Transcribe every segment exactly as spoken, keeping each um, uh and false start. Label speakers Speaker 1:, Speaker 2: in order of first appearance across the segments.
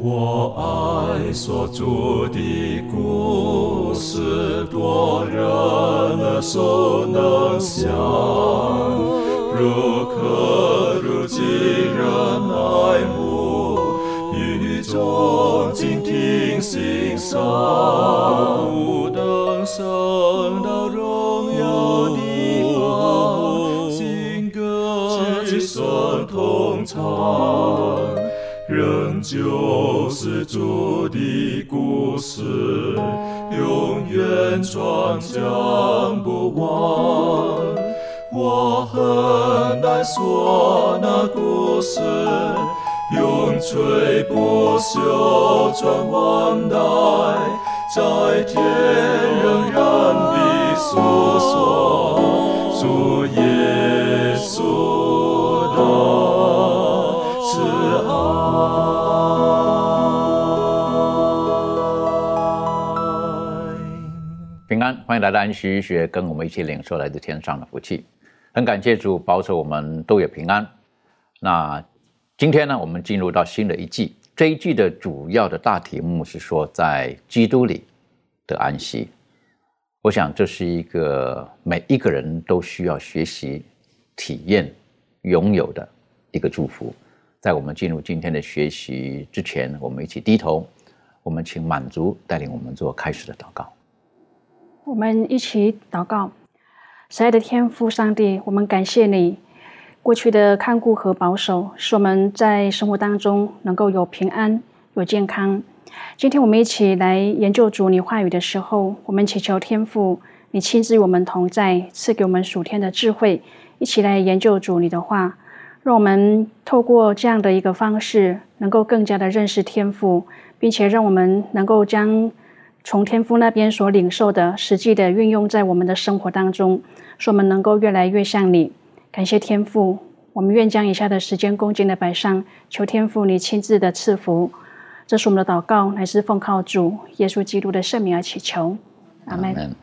Speaker 1: 我爱所著的故事，多人耳熟能详，如可如今人爱慕，语中静听欣赏，不等升到荣耀地方，新歌之声同唱。仍旧是主的故事，永远传讲不完。我很难说那故事，永垂不朽传万代，在天仍然地诉说主耶稣的慈爱。
Speaker 2: 平安，欢迎来到安息医学，跟我们一起领受来自天上的福气。很感谢主保守我们都有平安。那今天呢，我们进入到新的一季，这一季的主要的大题目是说在基督里的安息。我想这是一个每一个人都需要学习、体验、拥有的一个祝福。在我们进入今天的学习之前，我们一起低头，我们请满足带领我们做开始的祷告。
Speaker 3: 我们一起祷告。慈爱的天父上帝，我们感谢你过去的看顾和保守，使我们在生活当中能够有平安有健康。今天我们一起来研究主你话语的时候，我们祈求天父你亲自与我们同在，赐给我们属天的智慧，一起来研究主你的话，让我们透过这样的一个方式能够更加的认识天父，并且让我们能够将从天父那边所领受的实际的运用在我们的生活当中，使我们能够越来越像你。感谢天父，我们愿将以下的时间恭敬的摆上，求天父你亲自的赐福。这是我们的祷告，乃是奉靠主耶稣基督的圣名而祈求，阿们。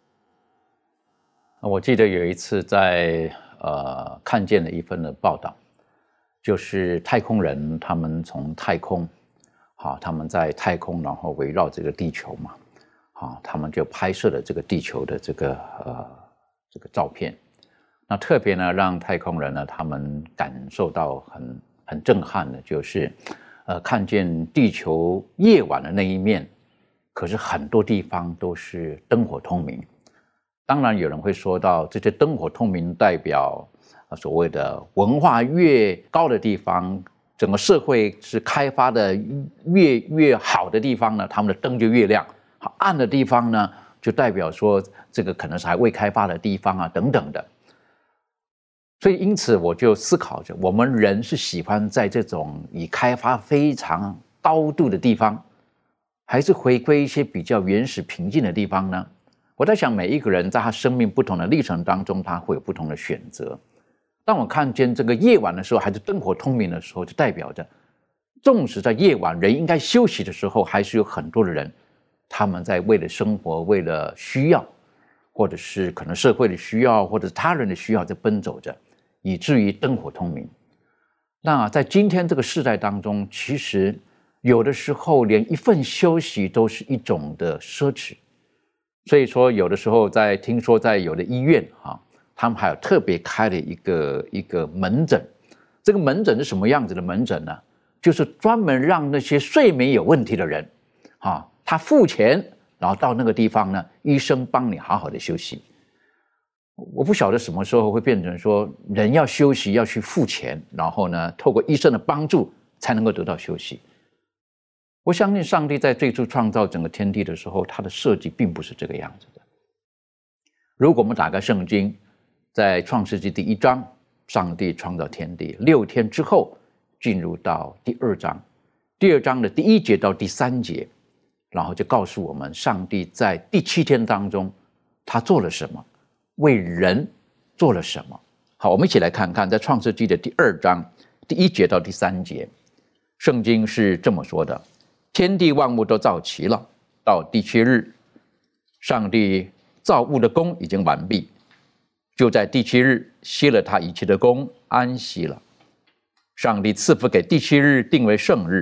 Speaker 2: 我记得有一次在呃看见了一份的报道，就是太空人他们从太空好，他们在太空，然后围绕这个地球嘛，好，他们就拍摄了这个地球的这个呃这个照片。那特别呢，让太空人呢，他们感受到很很震撼的，就是呃看见地球夜晚的那一面，可是很多地方都是灯火通明。当然，有人会说到这些灯火通明代表所谓的文化越高的地方，整个社会是开发的越越好的地方呢，他们的灯就越亮；好暗的地方呢，就代表说这个可能是还未开发的地方啊，等等的。所以因此我就思考着，我们人是喜欢在这种已开发非常高度的地方，还是回归一些比较原始平静的地方呢？我在想，每一个人在他生命不同的历程当中，他会有不同的选择。当我看见这个夜晚的时候，还是灯火通明的时候，就代表着纵使在夜晚人应该休息的时候，还是有很多的人他们在为了生活，为了需要，或者是可能社会的需要，或者是他人的需要在奔走着，以至于灯火通明。那在今天这个世代当中，其实有的时候连一份休息都是一种的奢侈。所以说有的时候在听说在有的医院哈，他们还有特别开了一个一个门诊。这个门诊是什么样子的门诊呢？就是专门让那些睡眠有问题的人啊，他付钱，然后到那个地方呢，医生帮你好好的休息。我不晓得什么时候会变成说人要休息要去付钱，然后呢透过医生的帮助才能够得到休息。我相信上帝在最初创造整个天地的时候，他的设计并不是这个样子的。如果我们打开圣经，在创世纪第一章，上帝创造天地，六天之后进入到第二章，第二章的第一节到第三节，然后就告诉我们上帝在第七天当中他做了什么，为人做了什么。好，我们一起来看看在创世纪的第二章第一节到第三节，圣经是这么说的：天地万物都造齐了，到第七日，上帝造物的工已经完毕，就在第七日歇了他一切的工，安息了。上帝赐福给第七日，定为圣日，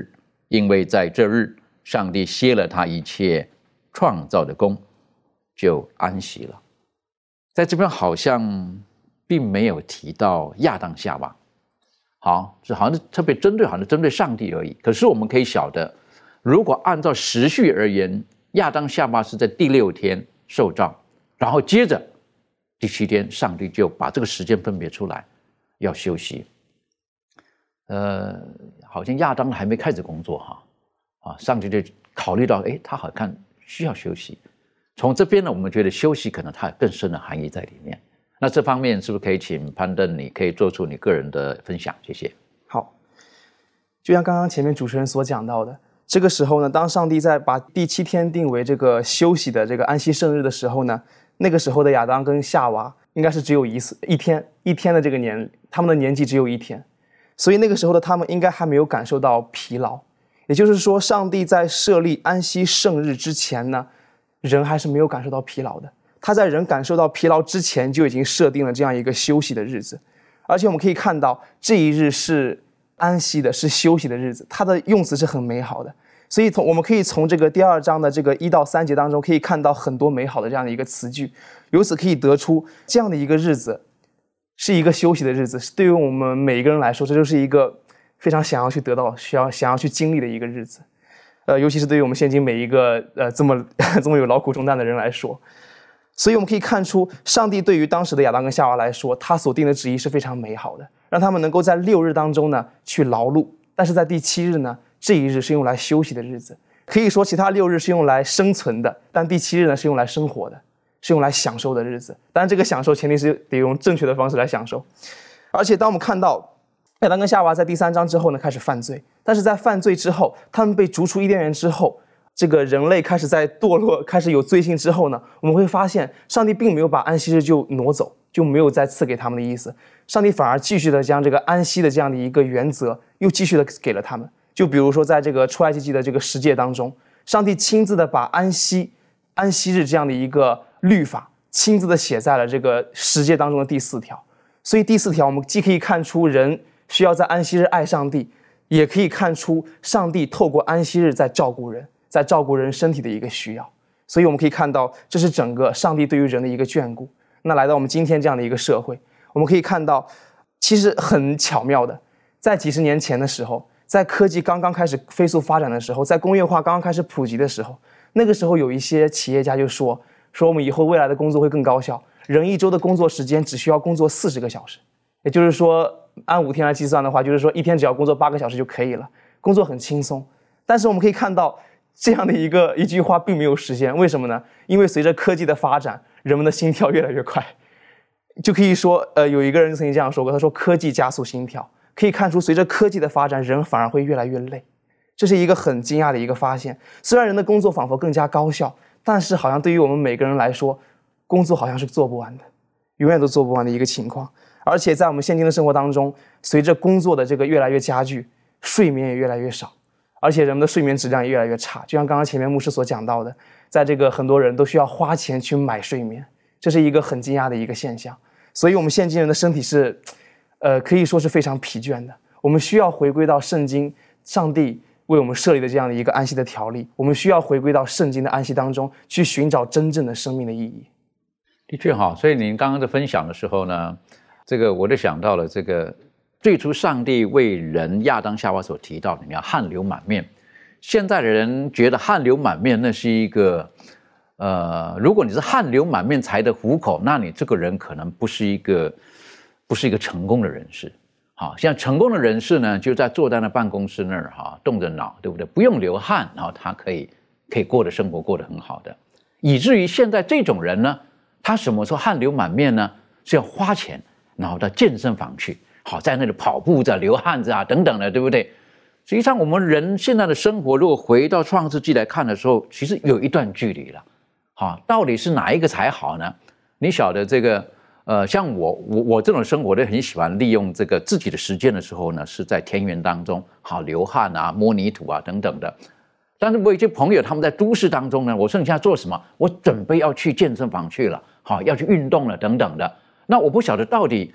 Speaker 2: 因为在这日，上帝歇了他一切创造的功，就安息了。在这边好像并没有提到亚当夏娃，好，这好像是特别针对，好像是针对上帝而已。可是我们可以晓得，如果按照时序而言，亚当夏娃是在第六天受造，然后接着第七天，上帝就把这个时间分别出来，要休息。呃，好像亚当还没开始工作哈，啊，上帝就考虑到，哎，他好像需要休息。从这边呢，我们觉得休息可能它有更深的含义在里面。那这方面是不是可以请潘登，你可以做出你个人的分享？谢谢。
Speaker 4: 好，就像刚刚前面主持人所讲到的，这个时候呢，当上帝在把第七天定为这个休息的这个安息圣日的时候呢，那个时候的亚当跟夏娃应该是只有一次一天一天的这个年，他们的年纪只有一天，所以那个时候的他们应该还没有感受到疲劳。也就是说，上帝在设立安息圣日之前呢，人还是没有感受到疲劳的。他在人感受到疲劳之前就已经设定了这样一个休息的日子，而且我们可以看到这一日是安息的，是休息的日子，它的用词是很美好的。所以从我们可以从这个第二章的这个一到三节当中可以看到很多美好的这样的一个词句，由此可以得出这样的一个日子是一个休息的日子，对于我们每一个人来说，这就是一个非常想要去得到、需要想要去经历的一个日子。呃，尤其是对于我们现今每一个呃这么这么有劳苦重担的人来说。所以我们可以看出，上帝对于当时的亚当跟夏娃来说，他所定的旨意是非常美好的，让他们能够在六日当中呢去劳碌，但是在第七日呢，这一日是用来休息的日子。可以说其他六日是用来生存的，但第七日呢是用来生活的，是用来享受的日子。当然这个享受前提是得用正确的方式来享受。而且当我们看到亚当跟夏娃在第三章之后呢开始犯罪，但是在犯罪之后，他们被逐出伊甸园之后，这个人类开始在堕落，开始有罪性之后呢，我们会发现上帝并没有把安息日就挪走，就没有再赐给他们的意思。上帝反而继续的将这个安息的这样的一个原则又继续的给了他们。就比如说在这个出埃及记的这个十诫当中，上帝亲自的把安息安息日这样的一个律法亲自的写在了这个十诫当中的第四条。所以第四条我们既可以看出人需要在安息日爱上帝，也可以看出上帝透过安息日在照顾人，在照顾人身体的一个需要。所以我们可以看到这是整个上帝对于人的一个眷顾。那来到我们今天这样的一个社会，我们可以看到其实很巧妙的，在几十年前的时候，在科技刚刚开始飞速发展的时候，在工业化刚刚开始普及的时候，那个时候有一些企业家就说说我们以后未来的工作会更高效，人一周的工作时间只需要工作四十个小时，也就是说按五天来计算的话，就是说一天只要工作八个小时就可以了，工作很轻松。但是我们可以看到这样的一个一句话并没有实现，为什么呢？因为随着科技的发展，人们的心跳越来越快。就可以说呃，有一个人曾经这样说过，他说科技加速心跳。可以看出随着科技的发展，人反而会越来越累，这是一个很惊讶的一个发现。虽然人的工作仿佛更加高效，但是好像对于我们每个人来说，工作好像是做不完的，永远都做不完的一个情况。而且在我们现今的生活当中，随着工作的这个越来越加剧，睡眠也越来越少，而且人们的睡眠质量也越来越差。就像刚刚前面牧师所讲到的，在这个很多人都需要花钱去买睡眠，这是一个很惊讶的一个现象。所以我们现今人的身体是呃，可以说是非常疲倦的。我们需要回归到圣经上帝为我们设立的这样的一个安息的条例，我们需要回归到圣经的安息当中去寻找真正的生命的意义。
Speaker 2: 的确哈，所以您刚刚在分享的时候呢，这个我就想到了这个最初上帝为人亚当夏娃所提到的，你要汗流满面。现在的人觉得汗流满面那是一个呃，如果你是汗流满面才得糊口，那你这个人可能不是一个不是一个成功的人士。好，像成功的人士呢，就在坐在那办公室那儿哈，动着脑，对不对？不用流汗，然后他可以可以过的生活过得很好的。以至于现在这种人呢，他什么时候汗流满面呢？是要花钱，然后到健身房去，好在那里跑步着、流汗着啊等等的，对不对？实际上，我们人现在的生活，如果回到创世纪来看的时候，其实有一段距离了。好，到底是哪一个才好呢？你晓得这个。呃，像我我我这种生活都很喜欢利用这个自己的时间的时候呢，是在田园当中，好流汗啊、摸泥土啊等等的。但是我有一些朋友他们在都市当中呢，我说你现在做什么？我准备要去健身房去了，好要去运动了等等的。那我不晓得到底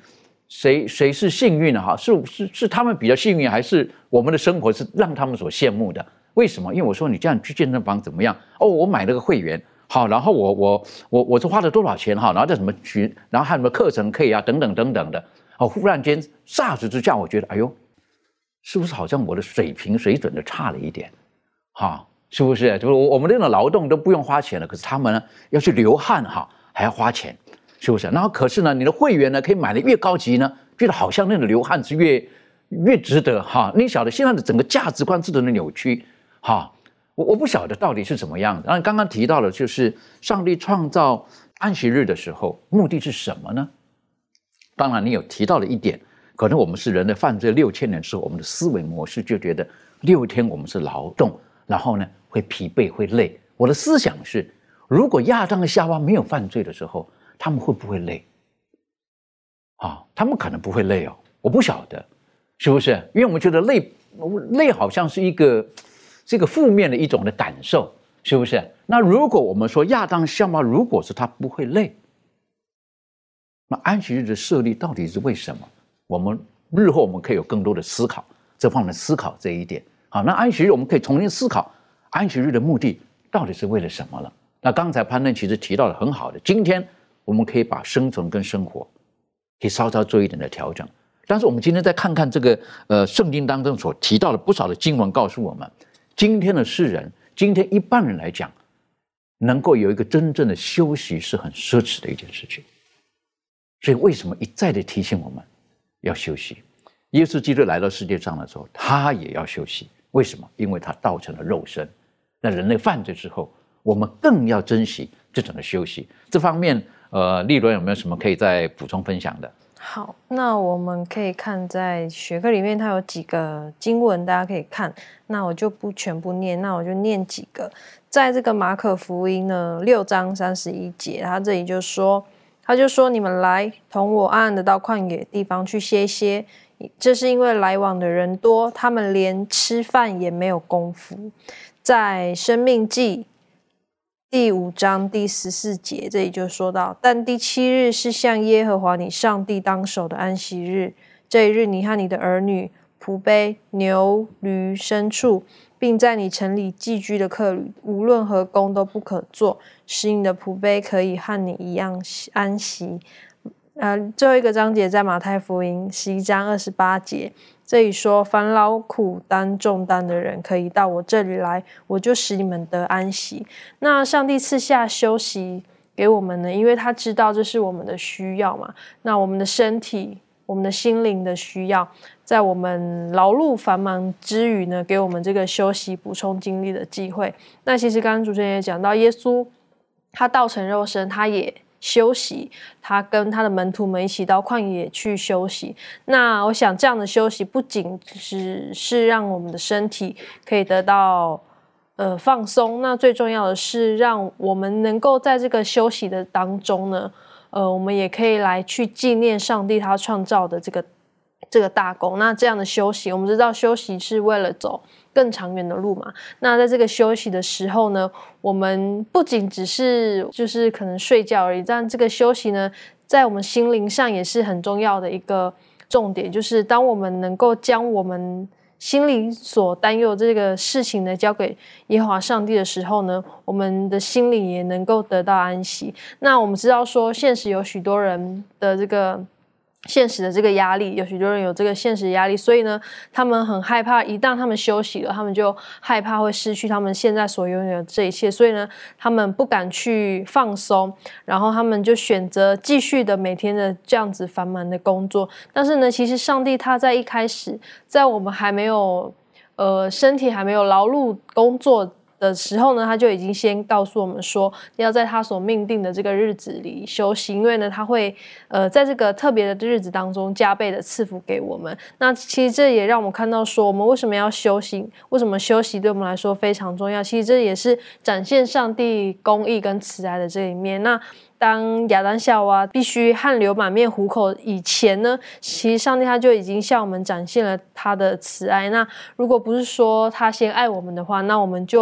Speaker 2: 谁谁是幸运的哈？是是是他们比较幸运，还是我们的生活是让他们所羡慕的？为什么？因为我说你这样去健身房怎么样？哦，我买了个会员，好，然后我我我我是花了多少钱哈？然后在什么群，然后还有什么课程可以啊，等等等等的。哦，忽然间霎时之下，我觉得，哎呦，是不是好像我的水平水准的差了一点？哈，是不是？就是我们这种劳动都不用花钱了，可是他们呢要去流汗哈，还要花钱，是不是？然后可是呢，你的会员呢可以买的越高级呢，觉得好像那个流汗是越越值得哈。你晓得现在的整个价值观是怎么扭曲？哈，我我不晓得到底是怎么样的。然后刚刚提到的就是上帝创造安息日的时候，目的是什么呢？当然，你有提到了一点，可能我们是人类犯罪六千年之后，我们的思维模式就觉得六天我们是劳动，然后呢会疲惫会累。我的思想是，如果亚当和夏娃没有犯罪的时候，他们会不会累？啊，他们可能不会累哦，我不晓得，是不是？因为我们觉得累，累好像是一个是一个负面的一种的感受，是不是？那如果我们说亚当夏娃，如果是他不会累，那安息日的设立到底是为什么？我们日后我们可以有更多的思考，这方面思考这一点。好，那安息日我们可以重新思考，安息日的目的到底是为了什么了？那刚才潘任其实提到了很好的，今天我们可以把生存跟生活可以稍稍做一点的调整。但是我们今天再看看这个呃圣经当中所提到的不少的经文，告诉我们，今天的世人，今天一般人来讲，能够有一个真正的休息是很奢侈的一件事情。所以为什么一再的提醒我们要休息？耶稣基督来到世界上的时候，他也要休息。为什么？因为他道成了肉身。那人类犯罪之后，我们更要珍惜这种的休息。这方面，呃，立伦有没有什么可以再补充分享的？
Speaker 5: 好，那我们可以看在学科里面，它有几个经文，大家可以看。那我就不全部念，那我就念几个。在这个马可福音呢六章三十一节，他这里就说。他就说：“你们来，同我暗暗的到旷野地方去歇歇。这是因为来往的人多，他们连吃饭也没有功夫。”在申命记第五章第十四节，这里就说到：“但第七日是向耶和华你上帝当守的安息日。这一日，你和你的儿女、仆婢、牛、驴、牲畜，并在你城里寄居的客旅，无论何工都不可做，使你的仆婢可以和你一样安息。”呃，最后一个章节在马太福音十一章二十八节，这里说：“凡劳苦担重担的人，可以到我这里来，我就使你们得安息。”那上帝赐下休息给我们呢，因为他知道这是我们的需要嘛。那我们的身体、我们的心灵的需要，在我们劳碌繁忙之余呢，给我们这个休息、补充精力的机会。那其实刚刚主持人也讲到，耶稣他道成肉身，他也休息，他跟他的门徒们一起到旷野去休息。那我想这样的休息不仅只是让我们的身体可以得到呃放松，那最重要的是让我们能够在这个休息的当中呢，呃，我们也可以来去纪念上帝他创造的这个这个大功。那这样的休息，我们知道休息是为了走更长远的路嘛。那在这个休息的时候呢，我们不仅只是就是可能睡觉而已，但这个休息呢，在我们心灵上也是很重要的一个重点，就是当我们能够将我们心里所担忧的这个事情呢交给耶和华上帝的时候呢，我们的心里也能够得到安息。那我们知道说，现实有许多人的这个现实的这个压力，有许多人有这个现实压力，所以呢，他们很害怕，一旦他们休息了，他们就害怕会失去他们现在所拥有的这一切，所以呢，他们不敢去放松，然后他们就选择继续的每天的这样子繁忙的工作。但是呢，其实上帝他在一开始，在我们还没有呃身体还没有劳碌工作的时候呢，他就已经先告诉我们说，要在他所命定的这个日子里休息，因为呢，他会呃在这个特别的日子当中加倍的赐福给我们。那其实这也让我们看到说，我们为什么要休息？为什么休息对我们来说非常重要？其实这也是展现上帝公义跟慈爱的这一面。那当亚当夏娃必须汗流满面糊口以前呢，其实上帝他就已经向我们展现了他的慈爱。那如果不是说他先爱我们的话，那我们就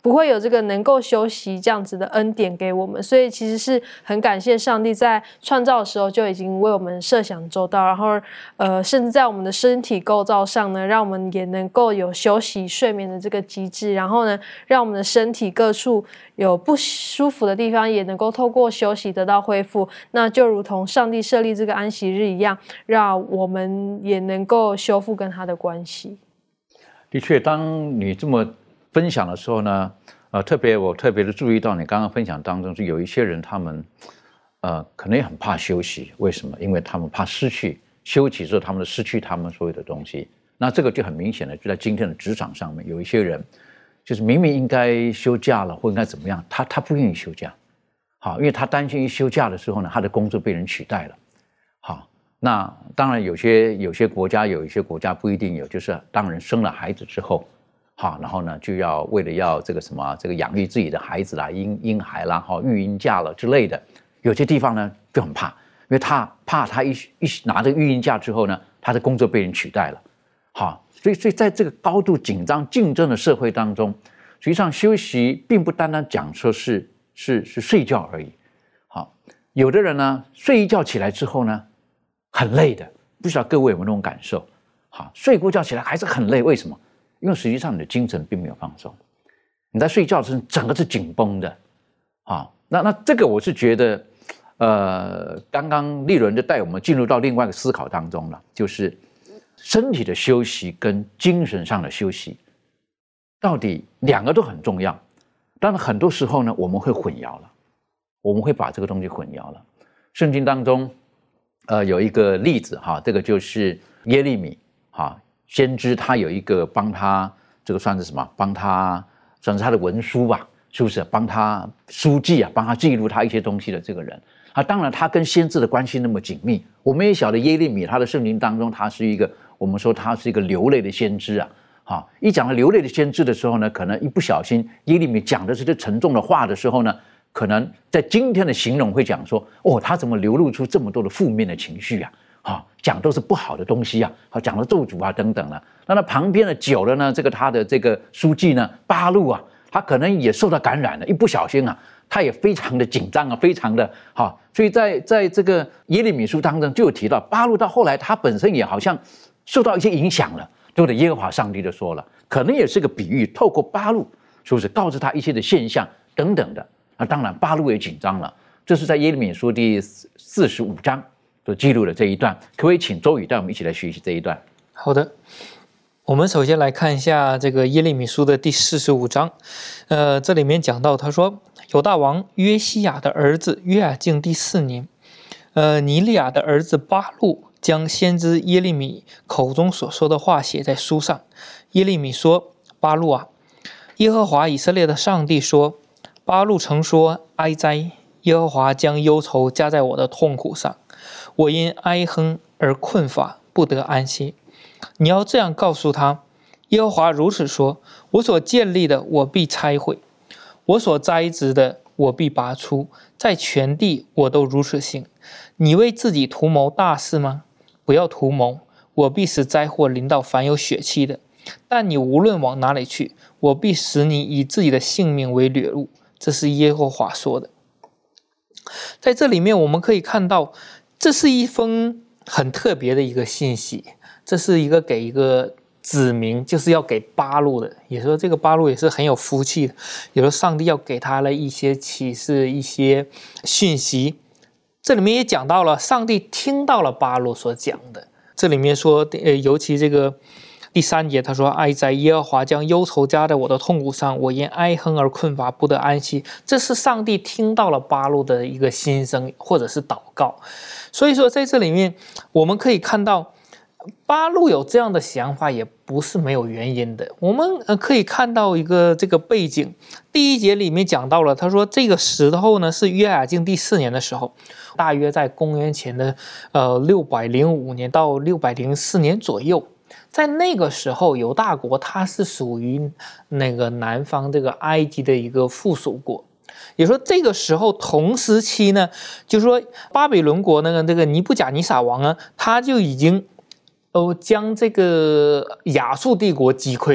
Speaker 5: 不会有这个能够休息这样子的恩典给我们，所以其实是很感谢上帝在创造的时候就已经为我们设想周到，然后呃，甚至在我们的身体构造上呢，让我们也能够有休息睡眠的这个机制，然后呢，让我们的身体各处有不舒服的地方也能够透过休息得到恢复，那就如同上帝设立这个安息日一样，让我们也能够修复跟他的关系。
Speaker 2: 的确，当你这么分享的时候呢，呃，特别我特别的注意到你刚刚分享当中，是有一些人他们，呃，可能也很怕休息，为什么？因为他们怕失去，休息之后他们失去他们所有的东西。那这个就很明显的，就在今天的职场上面，有一些人，就是明明应该休假了或应该怎么样，他他不愿意休假，好，因为他担心一休假的时候呢，他的工作被人取代了，好。那当然，有些有些国家有一些国家不一定有，就是当人生了孩子之后，好，然后呢就要为了要这个什么这个养育自己的孩子啦、婴婴孩啦、哈育婴假了之类的，有些地方呢就很怕，因为他怕他一一拿着育婴假之后呢，他的工作被人取代了，好，所以所以在这个高度紧张竞争的社会当中，实际上休息并不单单讲说是是是睡觉而已，好，有的人呢睡一觉起来之后呢。很累的，不知道各位有没有那种感受？好，睡过觉起来还是很累，为什么？因为实际上你的精神并没有放松，你在睡觉的时候整个是紧绷的。好，那那这个我是觉得，呃，刚刚立伦就带我们进入到另外一个思考当中了，就是身体的休息跟精神上的休息，到底两个都很重要，但是很多时候呢，我们会混淆了，我们会把这个东西混淆了。圣经当中。呃，有一个例子哈，这个就是耶利米哈先知，他有一个帮他这个算是什么？帮他算是他的文书吧，是不是？帮他书记啊，帮他记录他一些东西的这个人啊，当然他跟先知的关系那么紧密，我们也晓得耶利米他的圣经当中，他是一个我们说他是一个流泪的先知啊。好，一讲到流泪的先知的时候呢，可能一不小心耶利米讲的是这沉重的话的时候呢。可能在今天的形容会讲说，哦，他怎么流露出这么多的负面的情绪啊？啊，讲都是不好的东西啊，好讲了咒诅啊等等了。那他旁边的久了呢，这个他的这个书记呢，巴路啊，他可能也受到感染了，一不小心啊，他也非常的紧张啊，非常的好。所以在在这个耶利米书当中就有提到，巴路到后来他本身也好像受到一些影响了，对不对？耶和华上帝就说了，可能也是个比喻，透过巴路是不是告知他一些的现象等等的。那当然，巴路也紧张了。这是在耶利米书第四十五章所记录的这一段，可不可以请周宇带我们一起来学习这一段？
Speaker 6: 好的，我们首先来看一下这个耶利米书的第四十五章。呃，这里面讲到，他说犹大王约西亚的儿子约雅敬第四年，呃，尼利亚的儿子巴路将先知耶利米口中所说的话写在书上。耶利米说：“巴路啊，耶和华以色列的上帝说。”巴路曾说：“哀哉！耶和华将忧愁加在我的痛苦上，我因哀哼而困乏，不得安息。你要这样告诉他：耶和华如此说：我所建立的，我必拆毁；我所栽植的，我必拔出。在全地，我都如此行。你为自己图谋大事吗？不要图谋，我必使灾祸临到凡有血气的。但你无论往哪里去，我必使你以自己的性命为掠物。”这是耶和华说的。在这里面我们可以看到，这是一封很特别的一个信息，这是一个给一个子民，就是要给巴路的，也说这个巴路也是很有福气的，有的上帝要给他了一些启示，一些讯息。这里面也讲到了上帝听到了巴路所讲的，这里面说呃，尤其这个第三节他说：“哀哉！耶和华将忧愁加在我的痛苦上，我因哀哼而困乏，不得安息。”这是上帝听到了巴路的一个心声，或者是祷告。所以说，在这里面我们可以看到，巴路有这样的想法，也不是没有原因的。我们可以看到一个这个背景，第一节里面讲到了，他说这个时候呢是约雅敬第四年的时候，大约在公元前的呃六百零五年到六百零四年左右。在那个时候，犹大国它是属于那个南方这个埃及的一个附属国，也说这个时候同时期呢，就是说巴比伦国那个这个尼布甲尼撒王呢，他就已经哦将这个亚述帝国击溃了。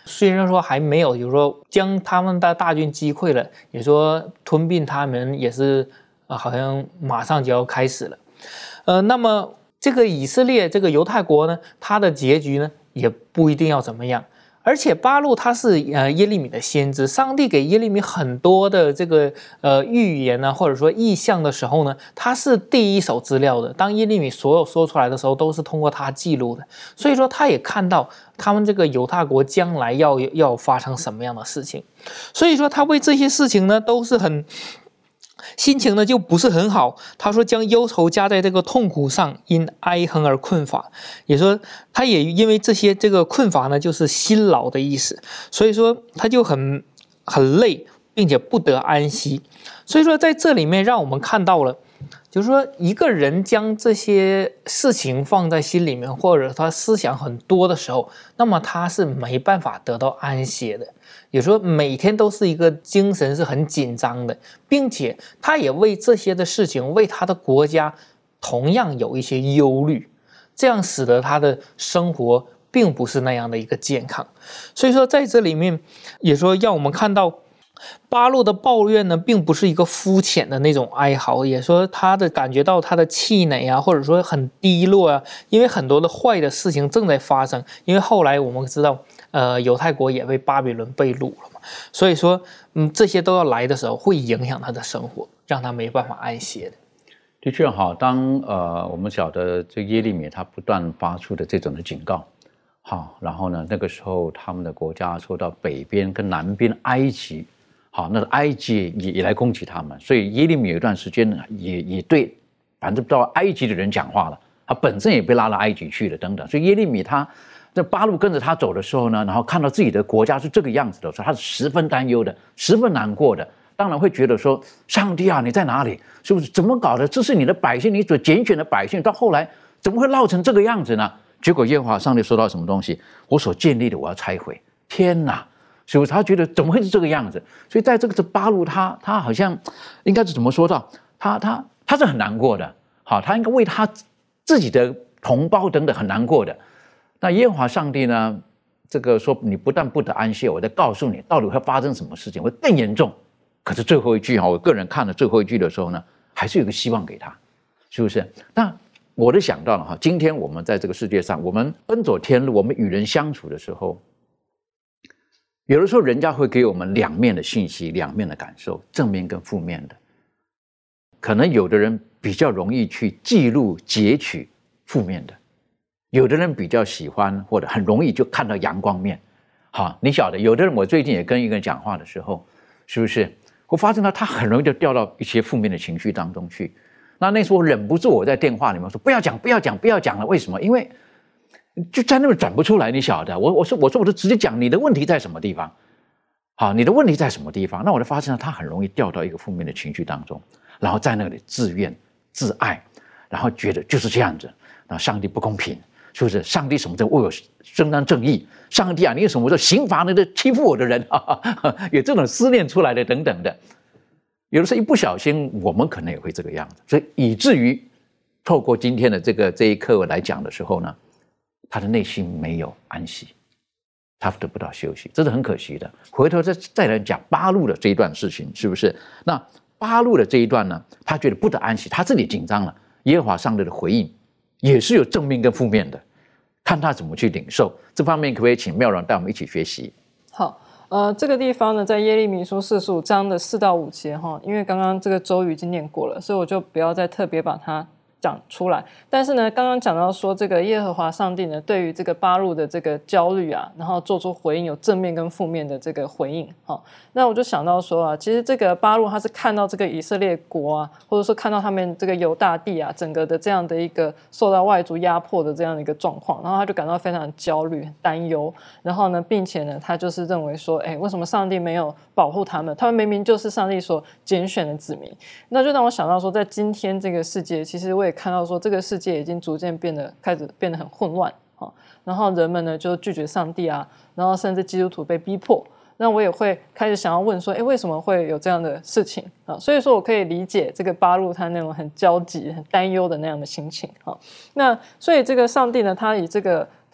Speaker 6: 虽然说还没有，就是说将他们的大军击溃了，也说吞并他们也是啊，好像马上就要开始了。呃，那么这个以色列这个犹太国呢，它的结局呢也不一定要怎么样。而且巴录他是呃耶利米的先知，上帝给耶利米很多的这个呃预言呢，或者说意象的时候呢，他是第一手资料的。当耶利米所有说出来的时候，都是通过他记录的。所以说，他也看到他们这个犹太国将来要要发生什么样的事情。所以说，他为这些事情呢，都是很。心情呢就不是很好，他说将忧愁加在这个痛苦上，因哀恨而困乏。也说他也因为这些这个困乏呢，就是辛劳的意思，所以说他就很很累，并且不得安息。所以说在这里面让我们看到了，就是说一个人将这些事情放在心里面，或者他思想很多的时候，那么他是没办法得到安歇的。也说每天都是一个精神是很紧张的，并且他也为这些的事情，为他的国家同样有一些忧虑，这样使得他的生活并不是那样的一个健康。所以说在这里面也说让我们看到巴录的抱怨呢，并不是一个肤浅的那种哀嚎，也说他的感觉到他的气馁啊，或者说很低落啊，因为很多的坏的事情正在发生。因为后来我们知道呃，犹太国也被巴比伦被掳了嘛，所以说，嗯，这些都要来的时候，会影响他的生活，让他没办法安歇的。
Speaker 2: 的确哈，当呃我们晓得这耶利米他不断发出的这种的警告，好，然后呢，那个时候他们的国家受到北边跟南边埃及，好，那个埃及也也来攻击他们，所以耶利米有一段时间呢，也也对，反正不知道埃及的人讲话了，他本身也被拉到埃及去了等等，所以耶利米他。这巴录跟着他走的时候呢，然后看到自己的国家是这个样子的时候，他是十分担忧的，十分难过的。当然会觉得说，上帝啊，你在哪里？是不是怎么搞的？这是你的百姓，你所拣选的百姓，到后来怎么会闹成这个样子呢？结果耶和华上帝说到什么东西？我所建立的，我要拆毁。天哪！是不是他觉得怎么会是这个样子？所以在这个这巴录他他好像应该是怎么说到？他他他是很难过的。好，他应该为他自己的同胞等等很难过的。那耶和华上帝呢？这个说你不但不得安歇，我再告诉你到底会发生什么事情，会更严重。可是最后一句哈，我个人看了最后一句的时候呢，还是有个希望给他，是不是？那我就想到了哈，今天我们在这个世界上，我们奔走天路，我们与人相处的时候，有的时候人家会给我们两面的信息，两面的感受，正面跟负面的。可能有的人比较容易去记录截取负面的。有的人比较喜欢，或者很容易就看到阳光面。好，你晓得，有的人我最近也跟一个人讲话的时候，是不是？我发现到他很容易就掉到一些负面的情绪当中去。那那时候忍不住我在电话里面说不要讲，不要讲，不要讲了。为什么？因为就在那边转不出来。你晓得，我我说我说我就直接讲你的问题在什么地方。好，你的问题在什么地方？那我就发现到他很容易掉到一个负面的情绪当中，然后在那里自怨自艾，然后觉得就是这样子，那上帝不公平。是不是上帝什么时候为我伸张正义？上帝啊，你有什么时候刑罚那个欺负我的人？哈哈，有这种思念出来的等等的，有的时候一不小心，我们可能也会这个样子，所以以至于透过今天的这个这一课来讲的时候呢，他的内心没有安息，他得不到休息，这是很可惜的。回头再再来讲巴录的这一段事情，是不是？那巴录的这一段呢，他觉得不得安息，他自己紧张了，耶和华上帝的回应也是有正面跟负面的。看他怎么去领受这方面，可不可以请妙容带我们一起学习？
Speaker 5: 好，呃，这个地方呢，在耶利米书四十五章的四到五节哈，因为刚刚这个周瑜已经念过了，所以我就不要再特别把它讲出来。但是呢，刚刚讲到说这个耶和华上帝呢，对于这个巴录的这个焦虑啊，然后做出回应，有正面跟负面的这个回应哈。那我就想到说啊，其实这个巴录他是看到这个以色列国啊，或者说看到他们这个犹大地啊，整个的这样的一个受到外族压迫的这样的一个状况，然后他就感到非常焦虑、担忧，然后呢，并且呢，他就是认为说，哎，为什么上帝没有保护他们？他们明明就是上帝所拣选的子民。那就让我想到说，在今天这个世界，其实我也看到说，这个世界已经逐渐变得开始变得很混乱啊，然后人们呢就拒绝上帝啊，然后甚至基督徒被逼迫。那我也会开始想要问说，哎，为什么会有这样的事情啊？所以说我可以理解这个巴录他那种很焦急、很担忧的那样的心情啊。那所以这个上帝呢，他以这个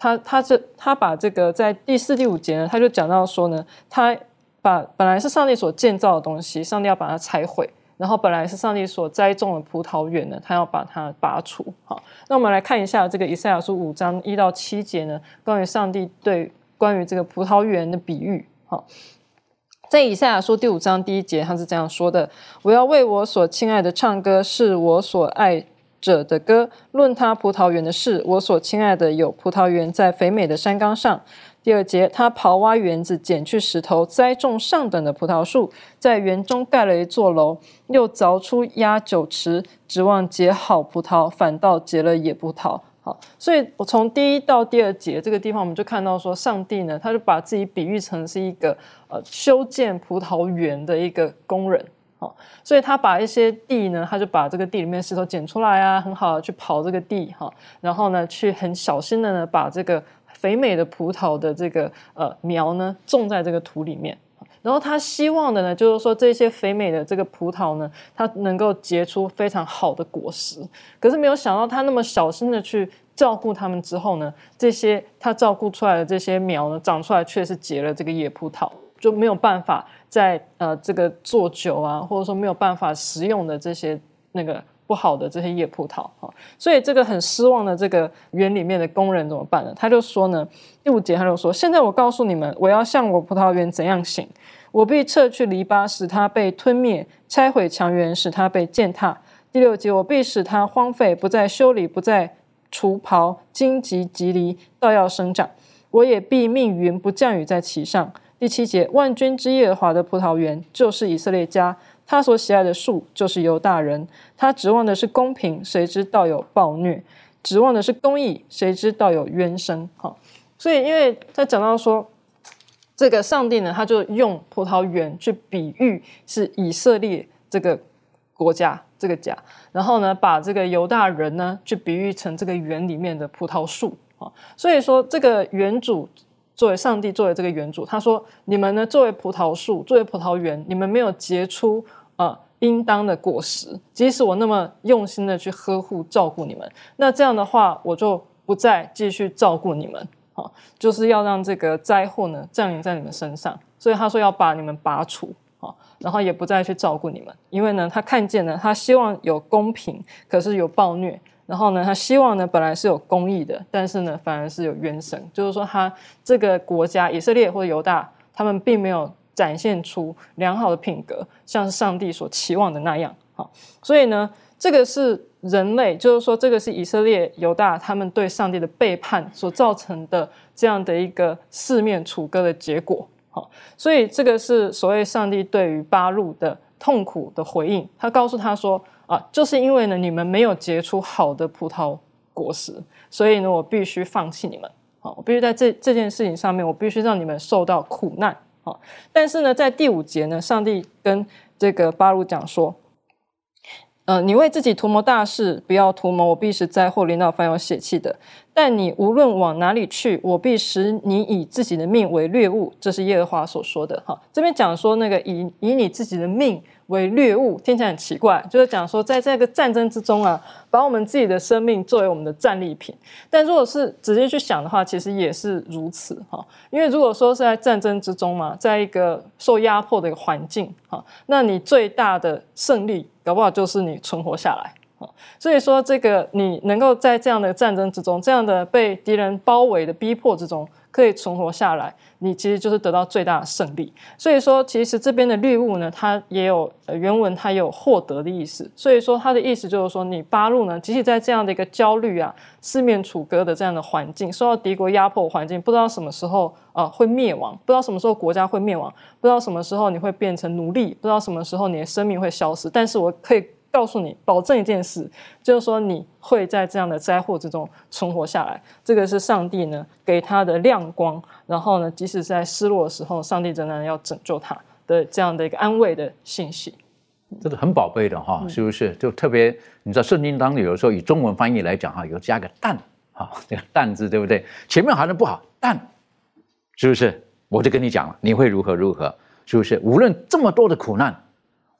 Speaker 5: 他他这他把这个在第四、第五节呢，他就讲到说呢，他把本来是上帝所建造的东西，上帝要把它拆毁。然后本来是上帝所栽种的葡萄园呢，他要把它拔除。好，那我们来看一下这个以赛亚书五章一到七节呢，关于上帝对关于这个葡萄园的比喻。好，在以赛亚书第五章第一节，他是这样说的：我要为我所亲爱的唱歌，是我所爱者的歌，论他葡萄园的事，我所亲爱的有葡萄园在肥美的山冈上。第二节，他刨挖园子，捡去石头，栽种上等的葡萄树，在园中盖了一座楼，又凿出压酒池，指望结好葡萄，反倒结了野葡萄。好，所以我从第一到第二节这个地方，我们就看到说，上帝呢，他就把自己比喻成是一个呃修建葡萄园的一个工人。好，所以他把一些地呢，他就把这个地里面石头捡出来啊，很好的去刨这个地哈，然后呢，去很小心的呢，把这个肥美的葡萄的这个呃苗呢种在这个土里面，然后他希望的呢，就是说这些肥美的这个葡萄呢，它能够结出非常好的果实。可是没有想到，他那么小心的去照顾它们之后呢，这些他照顾出来的这些苗呢，长出来却是结了这个野葡萄，就没有办法在呃这个做酒啊，或者说没有办法食用的这些那个不好的这些野葡萄。所以这个很失望的这个园里面的工人怎么办呢？他就说呢，第五节他就说，现在我告诉你们，我要向我葡萄园怎样行，我必撤去篱笆，使它被吞灭，拆毁墙垣，使它被践踏。第六节，我必使它荒废，不再修理，不再除刨，荆棘棘藜倒要生长，我也必命云不降雨在其上。第七节，万军之耶和华的葡萄园就是以色列家，他所喜爱的树就是犹大人，他指望的是公平，谁知道有暴虐；指望的是公义，谁知道有冤声。好，所以因为他讲到说，这个上帝呢，他就用葡萄园去比喻是以色列这个国家这个家，然后呢，把这个犹大人呢去比喻成这个园里面的葡萄树。所以说这个园主作为上帝作为这个园主，他说你们呢作为葡萄树，作为葡萄园，你们没有结出呃应当的果实，即使我那么用心的去呵护照顾你们，那这样的话我就不再继续照顾你们，哦，就是要让这个灾祸呢降临在你们身上。所以他说要把你们拔除，哦，然后也不再去照顾你们，因为呢他看见呢，他希望有公平，可是有暴虐。然后呢，他希望呢，本来是有公义的，但是呢，反而是有冤声，就是说，他这个国家以色列或者犹大，他们并没有展现出良好的品格，像是上帝所期望的那样。好，所以呢，这个是人类，就是说，这个是以色列、犹大他们对上帝的背叛所造成的这样的一个四面楚歌的结果。好，所以这个是所谓上帝对于巴路的痛苦的回应。他告诉他说，啊，就是因为呢，你们没有结出好的葡萄果实，所以呢，我必须放弃你们。好，我必须在这这件事情上面，我必须让你们受到苦难。好，但是呢，在第五节呢，上帝跟这个巴路讲说，呃，你为自己图谋大事，不要图谋我必使灾祸临到凡有血气的。但你无论往哪里去，我必使你以自己的命为掠物。这是耶和华所说的。哈，这边讲说那个以以你自己的命为掠物，听起来很奇怪，就是讲说在这个战争之中啊，把我们自己的生命作为我们的战利品。但如果是直接去想的话，其实也是如此哈。因为如果说是在战争之中嘛，在一个受压迫的一个环境哈，那你最大的胜利，搞不好就是你存活下来。所以说，这个你能够在这样的战争之中，这样的被敌人包围的逼迫之中，可以存活下来，你其实就是得到最大的胜利。所以说，其实这边的掠物呢，它也有、呃、原文，它也有获得的意思。所以说，它的意思就是说，你巴路呢，即使在这样的一个焦虑啊、四面楚歌的这样的环境，受到敌国压迫的环境，不知道什么时候啊、呃、会灭亡，不知道什么时候国家会灭亡，不知道什么时候你会变成奴隶，不知道什么时候你的生命会消失。但是我可以告诉你，保证一件事，就是说你会在这样的灾祸之中存活下来。这个是上帝呢给他的亮光，然后呢，即使在失落的时候，上帝仍然要拯救他的这样的一个安慰的信息。
Speaker 2: 这是很宝贝的哈，是不是？就特别你知道圣经当中有时候以中文翻译来讲哈，有加个但哈，这个但字对不对？前面好像不好，但是不是？我就跟你讲了，你会如何如何，是不是？无论这么多的苦难，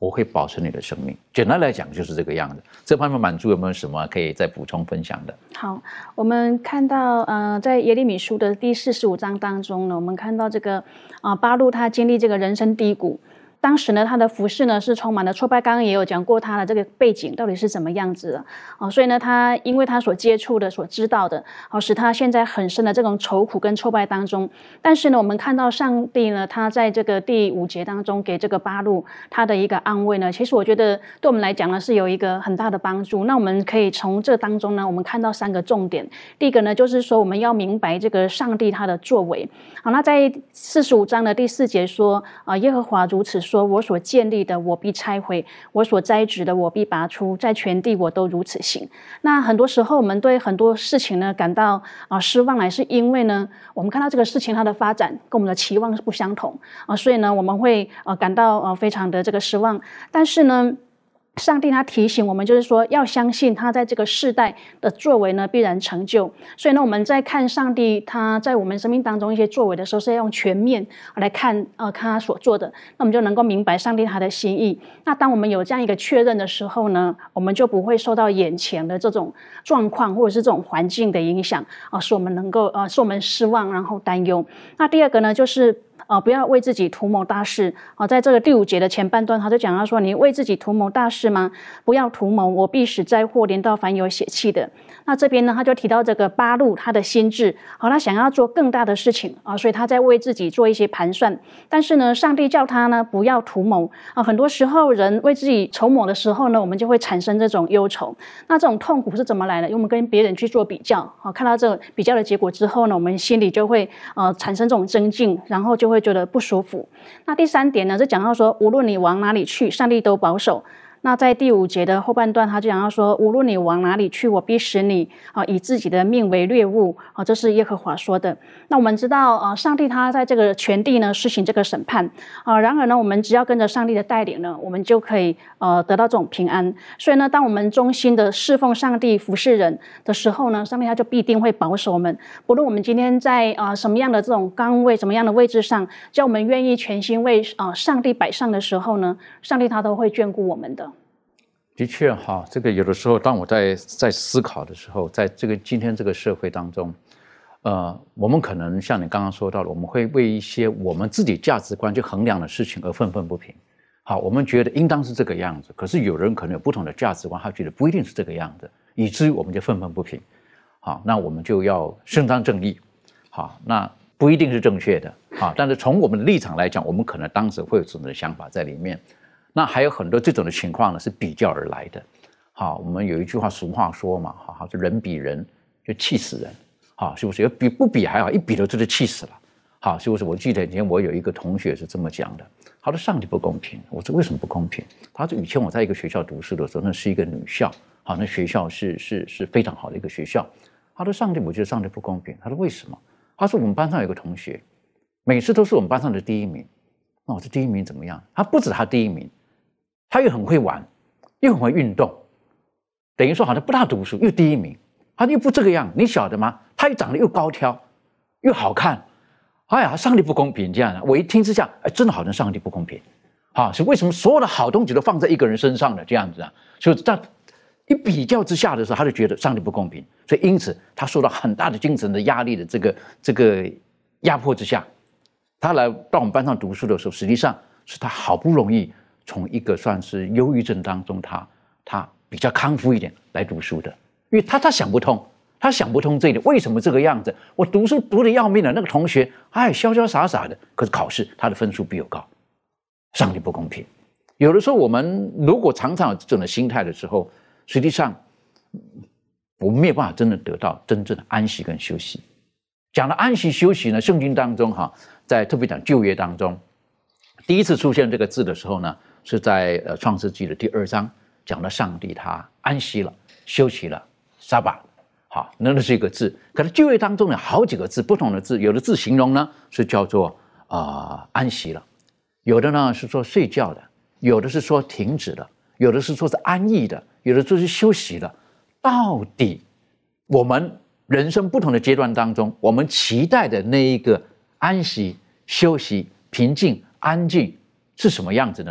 Speaker 2: 我会保存你的生命。简单来讲就是这个样子。这方面满足有没有什么可以再补充分享的？
Speaker 3: 好，我们看到呃，在耶利米书的第四十五章当中呢，我们看到这个啊、呃、巴路他经历这个人生低谷。当时呢，他的服事呢是充满了挫败，刚刚也有讲过他的这个背景到底是怎么样子的哦，所以呢，他因为他所接触的、所知道的，哦，使他现在很深的这种愁苦跟挫败当中。但是呢，我们看到上帝呢，他在这个第五节当中给这个巴路他的一个安慰呢，其实我觉得对我们来讲呢是有一个很大的帮助。那我们可以从这当中呢，我们看到三个重点。第一个呢，就是说我们要明白这个上帝他的作为。好，那在四十五章的第四节说，啊、呃，耶和华如此说。说我所建立的，我必拆毁；我所栽植的，我必拔出。在全地，我都如此行。那很多时候，我们对很多事情呢感到啊、呃、失望，来是因为呢，我们看到这个事情它的发展跟我们的期望是不相同啊、呃，所以呢，我们会呃感到呃非常的这个失望。但是呢，上帝他提醒我们，就是说要相信他在这个世代的作为呢必然成就。所以呢，我们在看上帝他在我们生命当中一些作为的时候，是要用全面来看呃看他所做的，那我们就能够明白上帝他的心意。那当我们有这样一个确认的时候呢，我们就不会受到眼前的这种状况或者是这种环境的影响啊、呃，使我们能够呃使我们失望然后担忧。那第二个呢，就是呃，不要为自己图谋大事啊、呃！在这个第五节的前半段，他就讲到说：“你为自己图谋大事吗？不要图谋，我必使灾祸临到凡有血气的。”那这边呢，他就提到这个巴路他的心智，好，他想要做更大的事情啊，所以他在为自己做一些盘算。但是呢，上帝叫他呢不要图谋啊。很多时候，人为自己筹谋的时候呢，我们就会产生这种忧愁。那这种痛苦是怎么来的？因为我们跟别人去做比较啊，看到这个比较的结果之后呢，我们心里就会呃产生这种增进，然后就会觉得不舒服。那第三点呢，就讲到说，无论你往哪里去，上帝都保守。那在第五节的后半段，他就讲到说，无论你往哪里去，我必使你啊以自己的命为掠物啊，这是耶和华说的。那我们知道啊，上帝他在这个全地呢施行这个审判啊，然而呢，我们只要跟着上帝的带领呢，我们就可以呃得到这种平安。所以呢，当我们忠心的侍奉上帝、服侍人的时候呢，上帝他就必定会保守我们。不论我们今天在啊、呃、什么样的这种岗位、什么样的位置上，只要我们愿意全心为啊、呃、上帝摆上的时候呢，上帝他都会眷顾我们的。
Speaker 2: 的确哈，这个有的时候，当我在在思考的时候，在这个今天这个社会当中，呃，我们可能像你刚刚说到的，我们会为一些我们自己价值观去衡量的事情而愤愤不平。好，我们觉得应当是这个样子，可是有人可能有不同的价值观，他觉得不一定是这个样子，以至于我们就愤愤不平。好，那我们就要伸张正义。好，那不一定是正确的。好，但是从我们的立场来讲，我们可能当时会有这种的想法在里面。那还有很多这种的情况呢，是比较而来的。好，我们有一句话俗话说嘛，好，就人比人就气死人。好，是不是？比不比还好，一比了就是气死了。好，是不是？我记得以前我有一个同学是这么讲的，他说上帝不公平。我说为什么不公平？他说以前我在一个学校读书的时候，那是一个女校，好，那学校是是是非常好的一个学校。他说上帝，我觉得上帝不公平。他说为什么？他说我们班上有个同学，每次都是我们班上的第一名。那我说第一名怎么样？他不止他第一名。他又很会玩，又很会运动，等于说好像不大读书，又第一名。他又不这个样，你晓得吗？他又长得又高挑，又好看。哎呀，上帝不公平这样的。我一听之下，哎，真的好像上帝不公平。啊，是为什么所有的好东西都放在一个人身上的这样子啊？所以在一比较之下的时候，他就觉得上帝不公平。所以因此他受到很大的精神的压力的这个这个压迫之下，他来到我们班上读书的时候，实际上是他好不容易从一个算是忧郁症当中，他他比较康复一点来读书的，因为他他想不通，他想不通这一点，为什么这个样子？我读书读得要命了，那个同学哎潇潇洒洒的，可是考试他的分数比我高，上帝不公平。有的时候我们如果常常有这种的心态的时候，实际上我们没有办法真的得到真正的安息跟休息。讲到安息休息呢，圣经当中哈，在特别讲旧约当中，第一次出现这个字的时候呢，是在呃创世纪的第二章，讲到上帝他安息了，休息了，撒巴。好，那是一个字。可是旧约当中有好几个字，不同的字，有的字形容呢是叫做啊、呃、安息了，有的呢是说睡觉的，有的是说停止了，有的是说是安逸的，有的说是休息了。到底我们人生不同的阶段当中，我们期待的那一个安息、休息、平静、安静是什么样子的呢？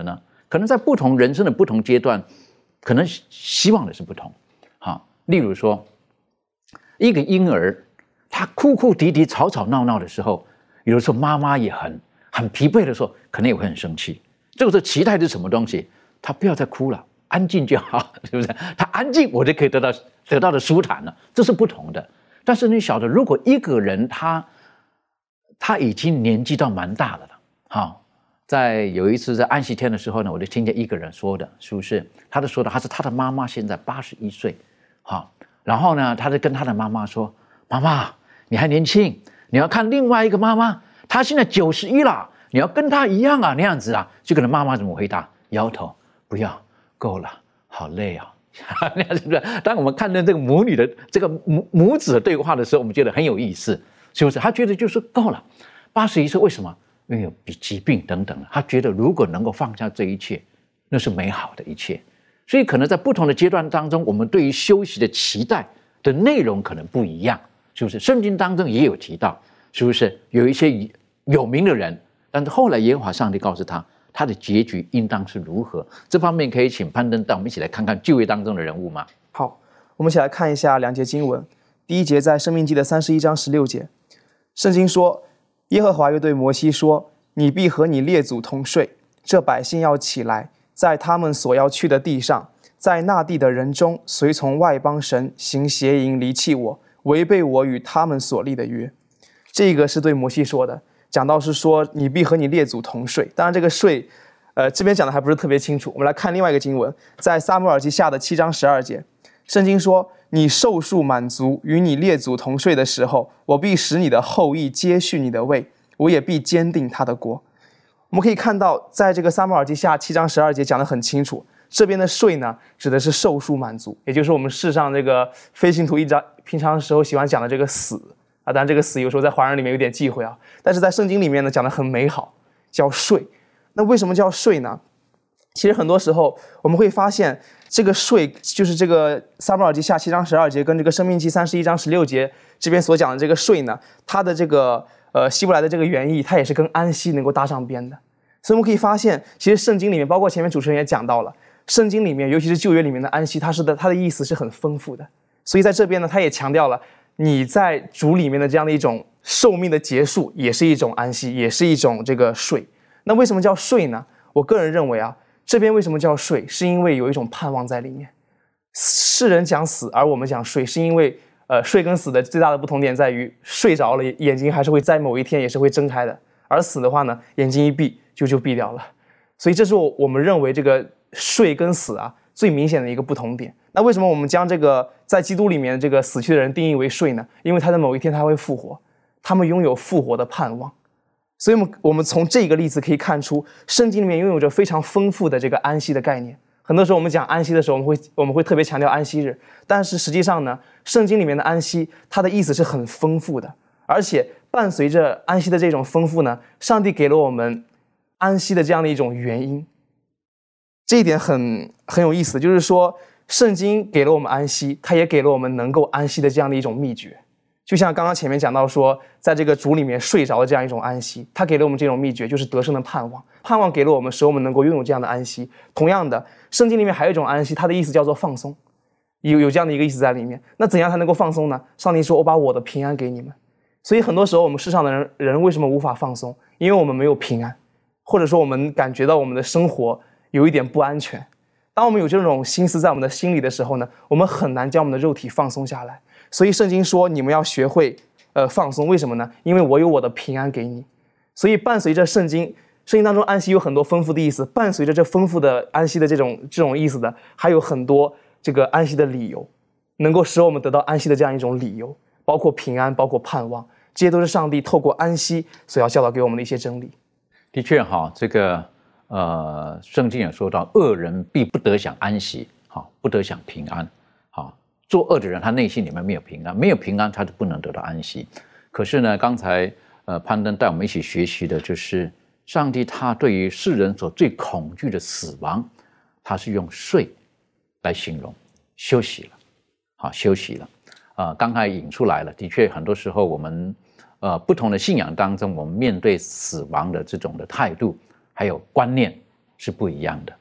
Speaker 2: 可能在不同人生的不同阶段，可能希望的是不同。好，例如说，一个婴儿他哭哭啼啼、吵吵闹闹的时候，有的时候妈妈也很很疲惫的时候，可能也会很生气。这个时候期待是什么东西？他不要再哭了，安静就好，是不是？他安静，我就可以得到得到的舒坦了，这是不同的。但是你晓得，如果一个人他他已经年纪到蛮大的了，好，在有一次在安息天的时候呢，我就听见一个人说的，是不是？他就说的，他是他的妈妈现在八十一岁，好，然后呢，他就跟他的妈妈说：“妈妈，你还年轻，你要看另外一个妈妈，她现在九十一了，你要跟她一样啊，那样子啊。”就跟他妈妈怎么回答？摇头，不要，够了，好累啊。那样是不是？当我们看到这个母女的这个母母子的对话的时候，我们觉得很有意思，是不是？他觉得就是够了，八十一岁为什么？因为有疾病等等。他觉得如果能够放下这一切，那是美好的一切。所以可能在不同的阶段当中，我们对于休息的期待的内容可能不一样，是不是？圣经当中也有提到，是不是有一些有名的人，但是后来耶和华上帝告诉他，他的结局应当是如何？这方面可以请攀登带我们一起来看看旧约当中的人物吗？
Speaker 4: 好，我们一起来看一下两节经文。第一节在申命记的三十一章十六节，圣经说：“耶和华又对摩西说，你必和你列祖同睡，这百姓要起来，在他们所要去的地上，在那地的人中，随从外邦神行邪淫，离弃我，违背我与他们所立的约。”这个是对摩西说的，讲到是说你必和你列祖同睡。当然这个睡呃，这边讲的还不是特别清楚。我们来看另外一个经文，在撒母耳记下的七章十二节，圣经说：“你寿数满足，与你列祖同睡的时候，我必使你的后裔接续你的位，我也必坚定他的国。”我们可以看到，在这个撒母耳记下七章十二节讲得很清楚，这边的睡呢，指的是寿数满足，也就是我们世上这个非信徒一张平常时候喜欢讲的这个死啊。当然，这个死有时候在华人里面有点忌讳啊，但是在圣经里面呢，讲得很美好，叫睡。那为什么叫睡呢？其实很多时候我们会发现，这个睡就是这个撒母耳记下七章十二节跟这个申命记三十一章十六节这边所讲的这个睡呢，它的这个呃希伯来的这个原意，它也是跟安息能够搭上边的。所以我们可以发现，其实圣经里面，包括前面主持人也讲到了，圣经里面尤其是旧约里面的安息，它是的它的意思是很丰富的。所以在这边呢，它也强调了你在主里面的这样的一种寿命的结束，也是一种安息，也是一种这个睡。那为什么叫睡呢？我个人认为啊，这边为什么叫睡，是因为有一种盼望在里面。世人讲死，而我们讲睡，是因为呃，睡跟死的最大的不同点在于，睡着了眼睛还是会在某一天也是会睁开的，而死的话呢，眼睛一闭就就闭掉了。所以这是我我们认为这个睡跟死啊最明显的一个不同点。那为什么我们将这个在基督里面这个死去的人定义为睡呢？因为他在某一天他会复活，他们拥有复活的盼望。所以我们我们从这个例子可以看出，圣经里面拥有着非常丰富的这个安息的概念。很多时候我们讲安息的时候，我们会我们会特别强调安息日，但是实际上呢，圣经里面的安息，它的意思是很丰富的，而且伴随着安息的这种丰富呢，上帝给了我们安息的这样的一种原因。这一点很很有意思，就是说，圣经给了我们安息，它也给了我们能够安息的这样的一种秘诀。就像刚刚前面讲到说，在这个主里面睡着的这样一种安息，他给了我们这种秘诀，就是得胜的盼望。盼望给了我们，使我们能够拥有这样的安息。同样的，圣经里面还有一种安息，它的意思叫做放松，有有这样的一个意思在里面。那怎样才能够放松呢？上帝说：“我把我的平安给你们。”所以很多时候我们世上的人人为什么无法放松？因为我们没有平安，或者说我们感觉到我们的生活有一点不安全。当我们有这种心思在我们的心里的时候呢，我们很难将我们的肉体放松下来。所以圣经说你们要学会呃放松，为什么呢？因为我有我的平安给你。所以伴随着圣经圣经当中安息有很多丰富的意思，伴随着这丰富的安息的这种这种意思的，还有很多这个安息的理由，能够使我们得到安息的这样一种理由，包括平安，包括盼望，这些都是上帝透过安息所要教导给我们的一些真理。
Speaker 2: 的确哈，这个呃，圣经也说到，恶人必不得享安息，好，不得享平安，好。作恶的人，他内心里面没有平安，没有平安，他就不能得到安息。可是呢，刚才呃攀登带我们一起学习的，就是上帝他对于世人所最恐惧的死亡，他是用睡来形容，休息了，好，休息了。啊、呃，刚才引出来了，的确，很多时候我们呃不同的信仰当中，我们面对死亡的这种的态度还有观念是不一样的。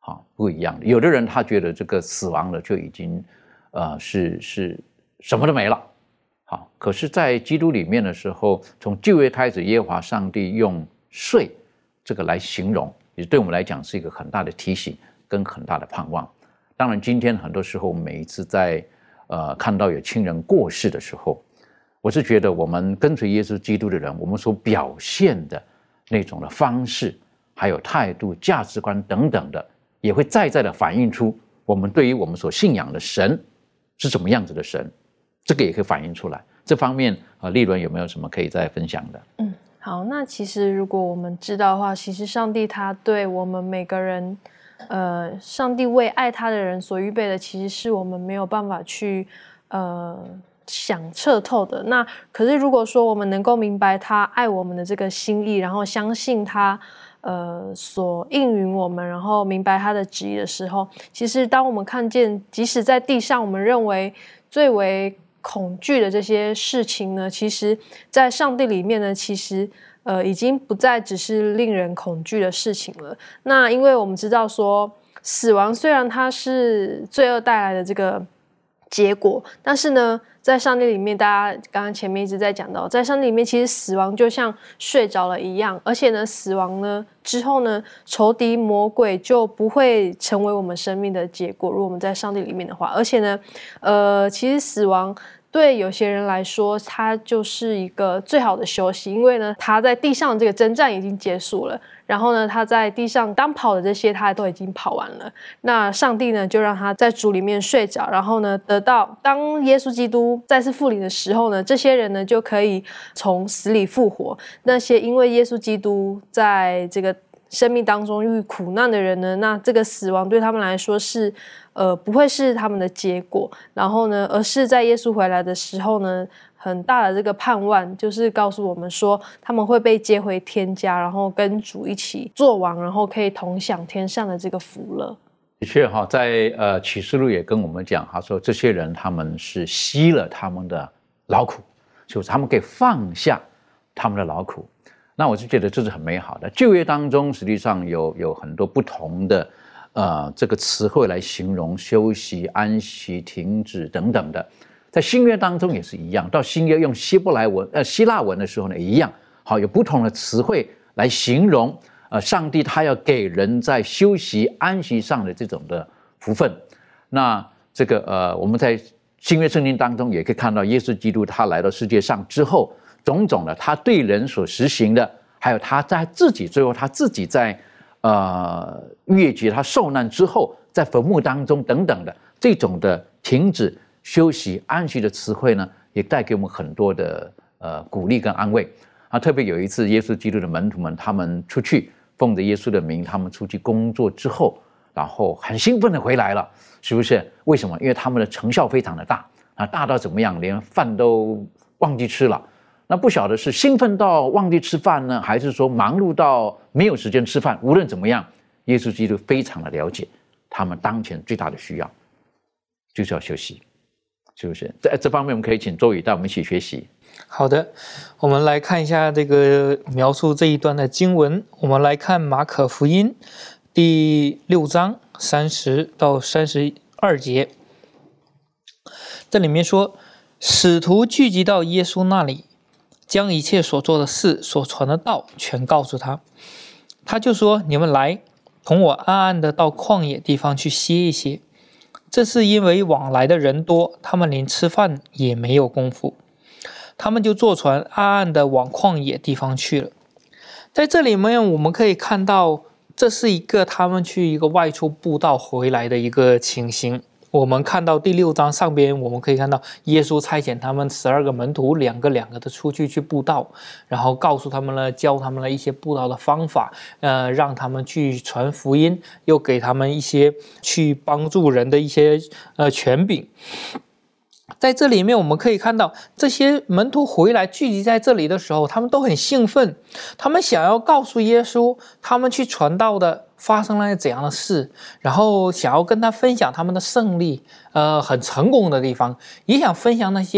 Speaker 2: 好，不一样的。有的人他觉得这个死亡了就已经，呃，是是什么都没了。好，可是，在基督里面的时候，从旧约开始，耶和华上帝用睡这个来形容，也对我们来讲是一个很大的提醒跟很大的盼望。当然，今天很多时候，每一次在呃看到有亲人过世的时候，我是觉得我们跟随耶稣基督的人，我们所表现的那种的方式，还有态度、价值观等等的，也会再再的反映出我们对于我们所信仰的神是什么样子的神，这个也可以反映出来。这方面啊，立伦有没有什么可以再分享的？
Speaker 5: 嗯，好，那其实如果我们知道的话，其实上帝他对我们每个人，呃，上帝为爱他的人所预备的，其实是我们没有办法去呃想彻透的。那可是如果说我们能够明白他爱我们的这个心意，然后相信他呃所应允我们，然后明白他的旨意的时候，其实当我们看见即使在地上我们认为最为恐惧的这些事情呢，其实在上帝里面呢，其实呃已经不再只是令人恐惧的事情了。那因为我们知道说，死亡虽然它是罪恶带来的这个结果，但是呢，在上帝里面，大家刚刚前面一直在讲到，在上帝里面，其实死亡就像睡着了一样，而且呢，死亡呢之后呢，仇敌魔鬼就不会成为我们生命的结果。如果我们在上帝里面的话，而且呢，呃，其实死亡对有些人来说，它就是一个最好的休息，因为呢，他在地上这个征战已经结束了。然后呢，他在地上当跑的这些他都已经跑完了，那上帝呢就让他在主里面睡着，然后呢得到当耶稣基督再次复临的时候呢，这些人呢就可以从死里复活。那些因为耶稣基督在这个生命当中遇苦难的人呢，那这个死亡对他们来说是呃不会是他们的结果，然后呢，而是在耶稣回来的时候呢，很大的这个盼望就是告诉我们说，他们会被接回天家，然后跟主一起做王，然后可以同享天上的这个福乐。
Speaker 2: 的确哈，在呃启示录也跟我们讲，他说这些人他们是息了他们的劳苦，就是他们可以放下他们的劳苦。那我就觉得这是很美好的。旧约当中实际上有有很多不同的呃这个词汇来形容休息、安息、停止等等的。在新约当中也是一样，到新约用希伯来文呃希腊文的时候呢，也一样，好有不同的词汇来形容呃上帝他要给人在休息安息上的这种的福分。那这个呃我们在新约圣经当中也可以看到，耶稣基督他来到世界上之后，种种的他对人所实行的，还有他在自己最后他自己在呃越节他受难之后，在坟墓当中等等的这种的停止休息安息的词汇呢，也带给我们很多的呃鼓励跟安慰啊。特别有一次，耶稣基督的门徒们他们出去奉着耶稣的名，他们出去工作之后，然后很兴奋的回来了，是不是？为什么？因为他们的成效非常的大啊，大到怎么样，连饭都忘记吃了。那不晓得是兴奋到忘记吃饭呢，还是说忙碌到没有时间吃饭？无论怎么样，耶稣基督非常的了解他们当前最大的需要，就是要休息。是不是？在这方面，我们可以请周宇带我们一起学习。
Speaker 6: 好的，我们来看一下这个描述这一段的经文。我们来看马可福音第六章三十到三十二节。这里面说，使徒聚集到耶稣那里，将一切所做的事、所传的道全告诉他。他就说：“你们来，同我暗暗的到旷野地方去歇一歇。这是因为往来的人多，他们连吃饭也没有功夫。他们就坐船暗暗的往旷野地方去了。”在这里面我们可以看到，这是一个他们去一个外出布道回来的一个情形。我们看到第六章上边，我们可以看到耶稣差遣他们十二个门徒两个两个的出去去布道，然后告诉他们了，教他们了一些布道的方法，呃，让他们去传福音，又给他们一些去帮助人的一些呃权柄。在这里面我们可以看到，这些门徒回来聚集在这里的时候，他们都很兴奋，他们想要告诉耶稣他们去传道的发生了怎样的事，然后想要跟他分享他们的胜利，呃，很成功的地方，也想分享那些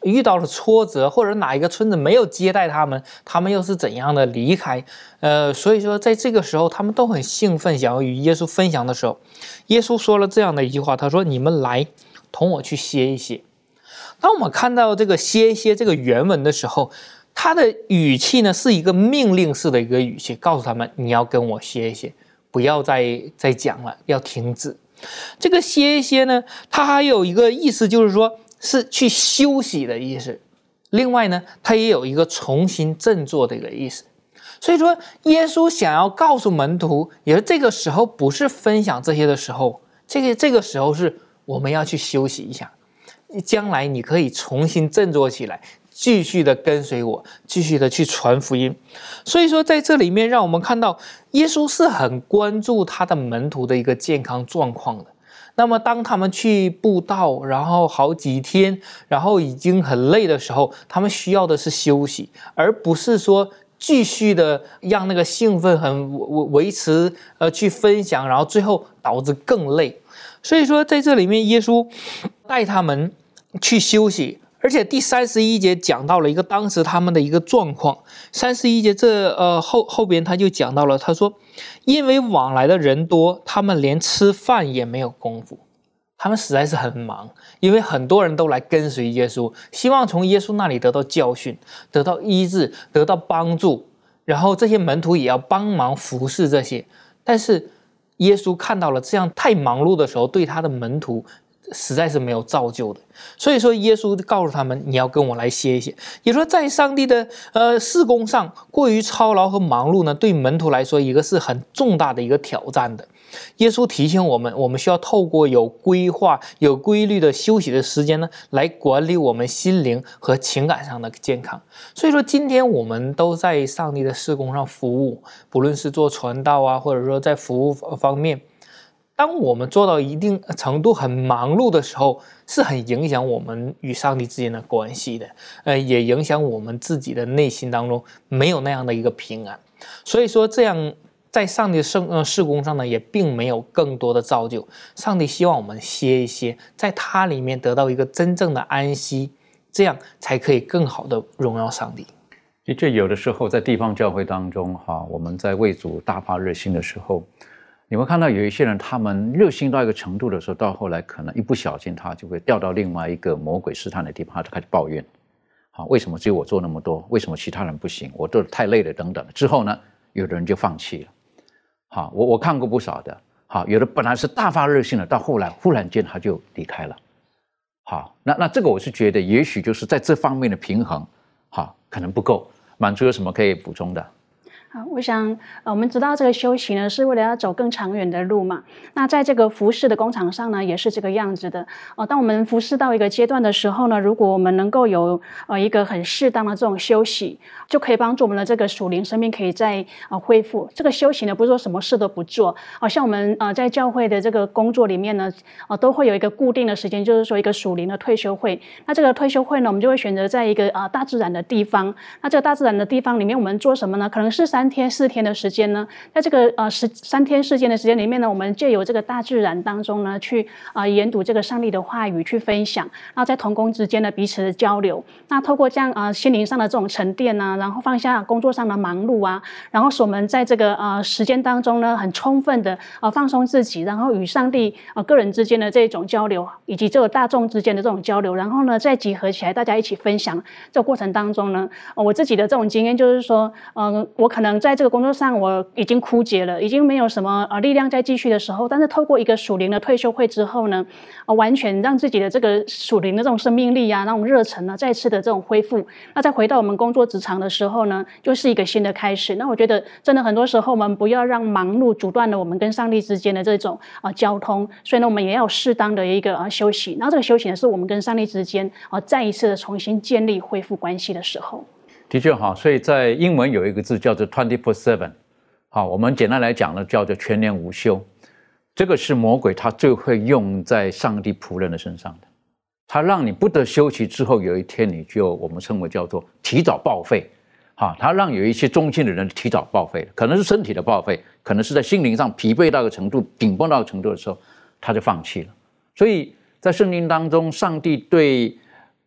Speaker 6: 遇到了挫折，或者哪一个村子没有接待他们，他们又是怎样的离开？呃，所以说在这个时候，他们都很兴奋，想要与耶稣分享的时候，耶稣说了这样的一句话，他说：“你们来，同我去歇一歇。”当我们看到这个歇一歇这个原文的时候，他的语气呢是一个命令式的一个语气，告诉他们你要跟我歇一歇，不要再再讲了，要停止。这个歇一歇呢，它还有一个意思，就是说是去休息的意思。另外呢，它也有一个重新振作的一个意思。所以说，耶稣想要告诉门徒，也是这个时候不是分享这些的时候，这个这个时候是我们要去休息一下，将来你可以重新振作起来，继续的跟随我，继续的去传福音。所以说，在这里面让我们看到，耶稣是很关注他的门徒的一个健康状况的。那么当他们去布道，然后好几天，然后已经很累的时候，他们需要的是休息，而不是说继续的让那个兴奋很维持，呃，去分享，然后最后导致更累。所以说，在这里面，耶稣带他们去休息。而且第三十一节讲到了一个当时他们的一个状况。三十一节这呃后后边他就讲到了，他说，因为往来的人多，他们连吃饭也没有功夫，他们实在是很忙，因为很多人都来跟随耶稣，希望从耶稣那里得到教训，得到医治，得到帮助，然后这些门徒也要帮忙服侍这些。但是耶稣看到了这样太忙碌的时候，对他的门徒实在是没有造就的，所以说耶稣告诉他们，你要跟我来歇一歇。也说在上帝的呃事工上过于操劳和忙碌呢，对门徒来说一个是很重大的一个挑战的。耶稣提醒我们，我们需要透过有规划、有规律的休息的时间呢，来管理我们心灵和情感上的健康。所以说，今天我们都在上帝的事工上服务，不论是做传道啊，或者说在服务方面。当我们做到一定程度很忙碌的时候，是很影响我们与上帝之间的关系的，呃，也影响我们自己的内心当中没有那样的一个平安。所以说，这样在上帝的圣呃事工上呢，也并没有更多的造就。上帝希望我们歇一歇，在他里面得到一个真正的安息，这样才可以更好的荣耀上帝。
Speaker 2: 的确，有的时候在地方教会当中，哈，我们在为主大发热心的时候，你会看到有一些人，他们热心到一个程度的时候，到后来可能一不小心，他就会掉到另外一个魔鬼试探的地方，他就开始抱怨，好，为什么只有我做那么多？为什么其他人不行？我做的太累了，等等。之后呢，有的人就放弃了。好，我我看过不少的，好，有的本来是大发热心的，到后来忽然间他就离开了。好，那那这个我是觉得，也许就是在这方面的平衡，好，可能不够。满珠有什么可以补充的？
Speaker 3: 好，我想，呃，我们知道这个休息呢，是为了要走更长远的路嘛。那在这个服侍的工厂上呢，也是这个样子的。呃，当我们服侍到一个阶段的时候呢，如果我们能够有呃一个很适当的这种休息，就可以帮助我们的这个属灵生命可以再呃恢复。这个休息呢，不是说什么事都不做，好、呃、像我们呃在教会的这个工作里面呢，呃都会有一个固定的时间，就是说一个属灵的退休会。那这个退休会呢，我们就会选择在一个呃大自然的地方。那这个大自然的地方里面，我们做什么呢？可能是三天四天的时间呢，在这个呃十三天四天的时间里面呢，我们借由这个大自然当中呢，去啊、呃、研读这个上帝的话语，去分享，然后在同工之间呢彼此的交流。那透过这样啊、呃、心灵上的这种沉淀啊，然后放下工作上的忙碌啊，然后使我们在这个呃时间当中呢，很充分的呃放松自己，然后与上帝呃个人之间的这种交流，以及这个大众之间的这种交流，然后呢再集合起来，大家一起分享。这个过程当中呢，呃、我自己的这种经验就是说，嗯、呃，我可能在这个工作上我已经枯竭了，已经没有什么呃力量再继续的时候，但是透过一个属灵的退休会之后呢，呃，完全让自己的这个属灵的这种生命力啊，那种热忱呢，再次的这种恢复。那再回到我们工作职场的时候呢，就是一个新的开始。那我觉得真的很多时候我们不要让忙碌阻断了我们跟上帝之间的这种啊、呃、交通，所以呢，我们也要有适当的一个啊、呃、休息。然后这个休息呢，是我们跟上帝之间啊、呃、再一次的重新建立恢复关系的时候。
Speaker 2: 的确好，所以在英文有一个字叫做 twenty-four seven， 好，我们简单来讲呢，叫做全年无休。这个是魔鬼他最会用在上帝仆人的身上的，他让你不得休息之后，有一天你就我们称为叫做提早报废。好，他让有一些忠心的人提早报废，可能是身体的报废，可能是在心灵上疲惫到一个程度、紧绷到一个程度的时候，他就放弃了。所以在圣经当中，上帝对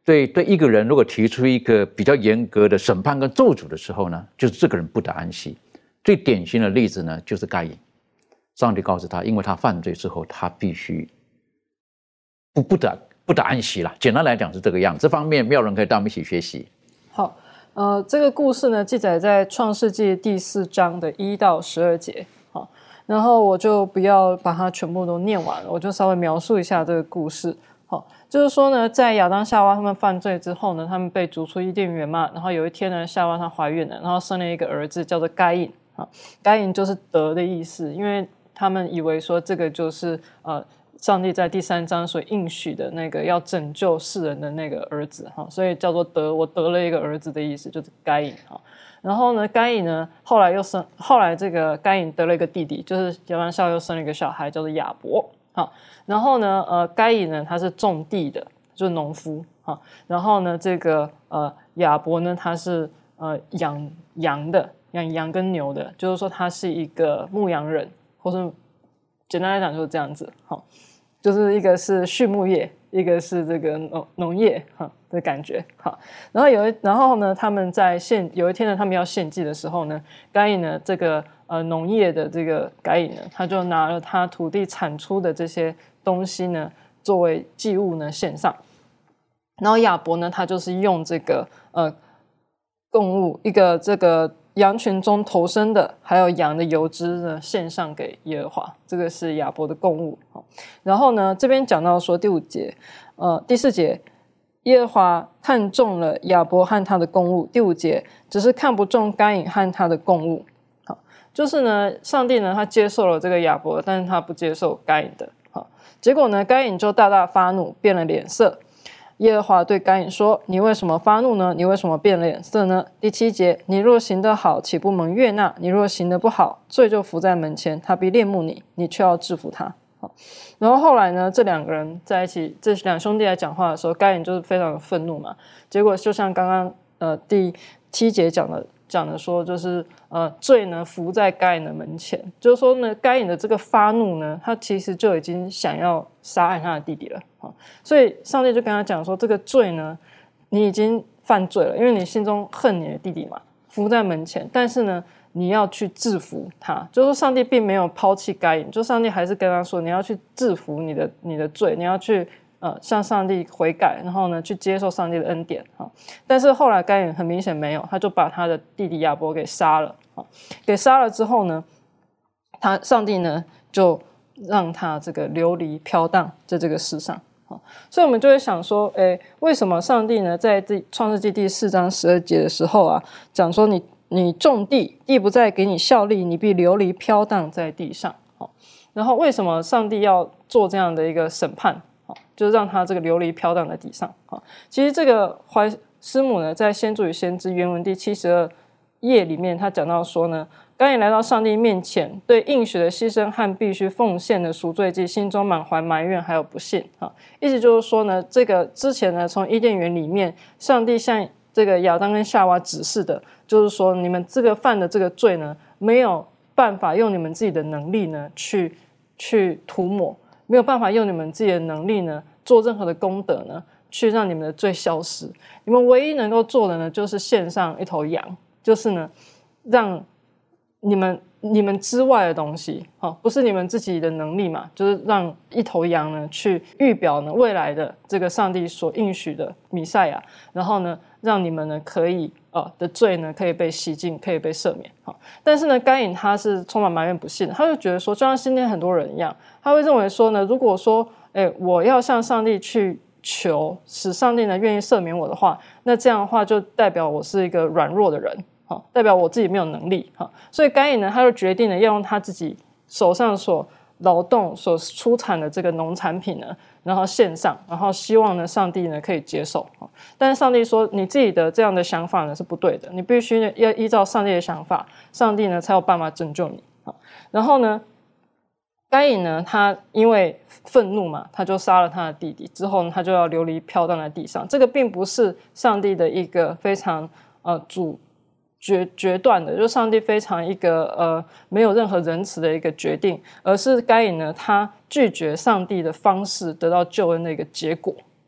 Speaker 2: 对对一个人如果提出一个比较严格的审判跟咒诅的时候呢，就是这个人不得安息。最典型的例子呢，就是该隐。上帝告诉他，因为他犯罪之后，他必须不不得不得安息了。简单来讲是这个样子。这方面没有人可以带我们一起学习。
Speaker 7: 好，呃，这个故事呢记载在创世纪第四章的一到十二节。好，然后我就不要把它全部都念完了，我就稍微描述一下这个故事。好，就是说呢，在亚当夏娃他们犯罪之后呢，他们被逐出伊甸园嘛，然后有一天呢，夏娃她怀孕了，然后生了一个儿子，叫做该隐。啊，该隐就是得的意思，因为他们以为说这个就是呃上帝在第三章所应许的那个要拯救世人的那个儿子哈，所以叫做得，我得了一个儿子的意思，就是该隐哈。然后呢，该隐呢后来又生，后来这个该隐得了一个弟弟，就是亚当夏娃又生了一个小孩，叫做亚伯。好，然后呢，呃，该隐呢他是种地的，就是农夫哈。然后呢，这个呃亚伯呢他是呃养羊的。养羊跟牛的，就是说他是一个牧羊人，或是简单来讲就是这样子，好，就是一个是畜牧业，一个是这个农农业哈的感觉，好，然后有一然后呢，他们在献有一天呢，他们要献祭的时候呢，该隐呢这个呃农业的这个该隐呢，他就拿了他土地产出的这些东西呢，作为祭物呢献上，然后亚伯呢，他就是用这个呃供物一个这个。羊群中头生的，还有羊的油脂呢，献上给耶和华，这个是亚伯的供物。然后呢，这边讲到说第五节，呃，第四节，耶和华看中了亚伯和他的供物。第五节，只是看不中该隐和他的供物。好，就是呢，上帝呢，他接受了这个亚伯，但是他不接受该隐的。好，结果呢，该隐就大大发怒，变了脸色。耶和华对该隐说：“你为什么发怒呢？你为什么变脸色呢？”第七节，你若行得好，岂不蒙悦纳？你若行得不好，罪就伏在门前，他必恋慕你，你却要制服他。好，然后后来呢，这两个人在一起，这两兄弟来讲话的时候，该隐就是非常的愤怒嘛。结果就像刚刚呃第七节讲的。讲的说就是呃罪呢伏在该隐的门前，就是说呢该隐的这个发怒呢，他其实就已经想要杀害他的弟弟了啊，所以上帝就跟他讲说，这个罪呢你已经犯罪了，因为你心中恨你的弟弟嘛，伏在门前，但是呢你要去制服他，就是说上帝并没有抛弃该隐，就上帝还是跟他说你要去制服你的你的罪，你要去呃，向上帝悔改，然后呢，去接受上帝的恩典哈。但是后来该隐很明显没有，他就把他的弟弟亚伯给杀了啊。给杀了之后呢，他上帝呢就让他这个流离飘荡在这个世上啊。所以我们就会想说，哎，为什么上帝呢在第创世纪第四章十二节的时候啊，讲说你你种地，地不再给你效力，你必流离飘荡在地上。好，然后为什么上帝要做这样的一个审判？就是让他这个流离飘荡在地上。其实这个怀师母呢，在《先祖与先知》原文第七十二页里面，他讲到说呢，该隐来到上帝面前，对应许的牺牲和必须奉献的赎罪祭，心中满怀埋怨还有不信。意思就是说呢，这个之前呢，从伊甸园里面，上帝向这个亚当跟夏娃指示的，就是说你们这个犯的这个罪呢，没有办法用你们自己的能力呢，去去涂抹。没有办法用你们自己的能力呢，做任何的功德呢，去让你们的罪消失。你们唯一能够做的呢，就是献上一头羊，就是呢，让你们你们之外的东西，哦，不是你们自己的能力嘛，就是让一头羊呢，去预表呢未来的这个上帝所应许的弥赛亚，然后呢，让你们呢可以呃的罪呢可以被洗净，可以被赦免。好，但是呢，该隐他是充满埋怨不信的，他就觉得说，就像今天很多人一样，他会认为说呢，如果说，哎，我要向上帝去求，使上帝呢愿意赦免我的话，那这样的话就代表我是一个软弱的人，好，代表我自己没有能力，好，所以该隐呢，他就决定呢要用他自己手上所劳动所出产的这个农产品呢，然后献上，然后希望呢上帝呢可以接受。但是上帝说，你自己的这样的想法呢是不对的，你必须要依照上帝的想法，上帝呢才有办法拯救你。然后呢，该隐呢他因为愤怒嘛，他就杀了他的弟弟，之后呢他就要流离飘荡在地上。这个并不是上帝的一个非常呃主决决断的，就是上帝非常一个呃没有任何仁慈的一个决定，而是该隐呢他拒绝上帝的方式得到救恩的一个结果。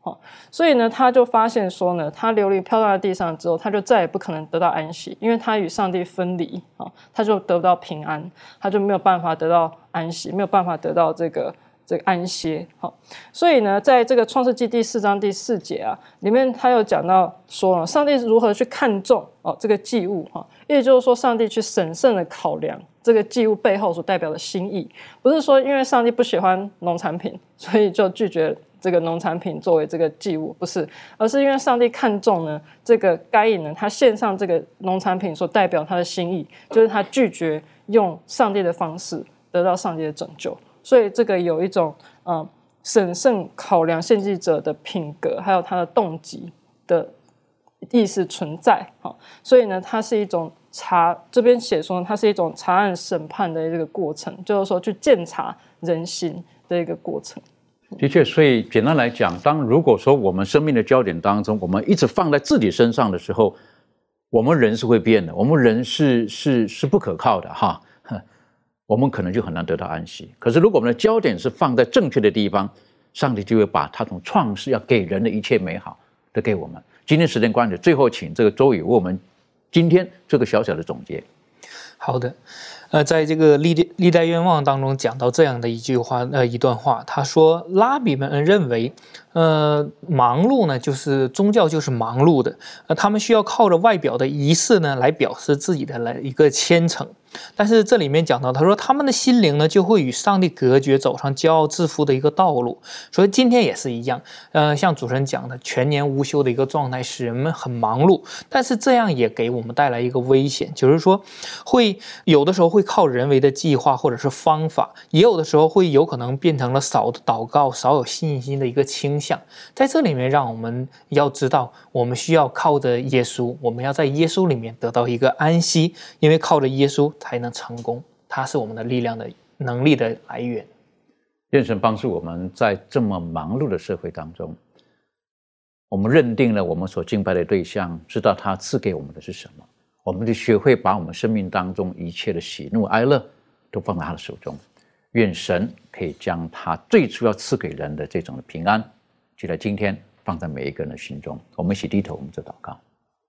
Speaker 7: 哦，所以呢，他就发现说呢，他流离飘荡在地上之后，他就再也不可能得到安息，因为他与上帝分离，哦，他就得不到平安，他就没有办法得到安息，没有办法得到这个这个安歇。好，所以呢，在这个创世纪第四章第四节啊，里面他有讲到说，上帝如何去看重哦这个祭物哈，也就是说，上帝去审慎的考量这个祭物背后所代表的心意，不是说因为上帝不喜欢农产品，所以就拒绝这个农产品作为这个祭物，不是，而是因为上帝看重呢这个该隐呢，他献上这个农产品所代表他的心意，就是他拒绝用上帝的方式得到上帝的拯救，所以这个有一种嗯审慎考量献祭者的品格，还有他的动机的意思存在。好，所以呢，它是一种查，这边写说它是一种查案审判的这个过程，就是说去鉴察人心的一个过程。
Speaker 2: 的确，所以简单来讲，当如果说我们生命的焦点当中，我们一直放在自己身上的时候，我们人是会变的，我们人是是是不可靠的哈，我们可能就很难得到安息。可是如果我们的焦点是放在正确的地方，上帝就会把他从创世要给人的一切美好都给我们。今天时间关系，最后请这个周宇为我们今天这个小小的总结。
Speaker 6: 好的，呃，在这个历历代愿望当中讲到这样的一句话，呃，一段话，他说，拉比们认为，呃，忙碌呢，就是宗教就是忙碌的，呃，他们需要靠着外表的仪式呢，来表示自己的来一个虔诚。但是这里面讲到，他说他们的心灵呢，就会与上帝隔绝，走上骄傲自负的一个道路。所以今天也是一样，呃，像主持人讲的，全年无休的一个状态，使人们很忙碌。但是这样也给我们带来一个危险，就是说，会有的时候会靠人为的计划或者是方法，也有的时候会有可能变成了少的祷告、少有信心的一个倾向。在这里面，让我们要知道，我们需要靠着耶稣，我们要在耶稣里面得到一个安息，因为靠着耶稣才能成功，它是我们的力量的能力的来源。
Speaker 2: 愿神帮助我们在这么忙碌的社会当中，我们认定了我们所敬拜的对象，知道他赐给我们的是什么，我们就学会把我们生命当中一切的喜怒哀乐都放在他的手中。愿神可以将他最初要赐给人的这种的平安，就在今天放在每一个人的心中。我们一起低头，我们做祷告。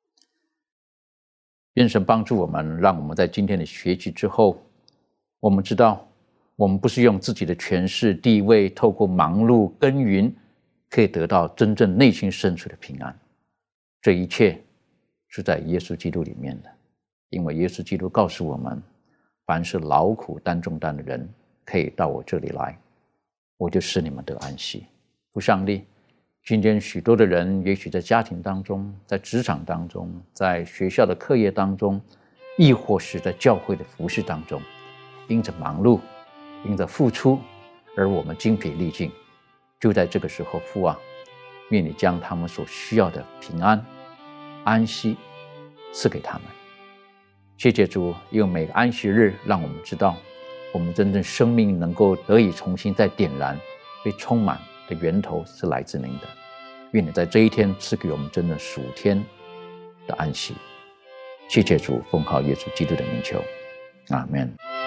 Speaker 2: 愿神帮助我们，让我们在今天的学习之后，我们知道我们不是用自己的权势地位，透过忙碌耕耘可以得到真正内心深处的平安。这一切是在耶稣基督里面的，因为耶稣基督告诉我们，凡是劳苦担重担的人，可以到我这里来，我就使你们得安息。父上帝，今天许多的人也许在家庭当中，在职场当中，在学校的课业当中，亦或是在教会的服事当中，因着忙碌，因着付出，而我们精疲力尽。就在这个时候，父啊，愿你将他们所需要的平安安息赐给他们。谢谢主，因为每个安息日让我们知道，我们真正生命能够得以重新再点燃，被充满的源头是来自您的。愿你在这一天赐给我们真正属天的安息。谢谢主，奉靠耶稣基督的名求，阿们。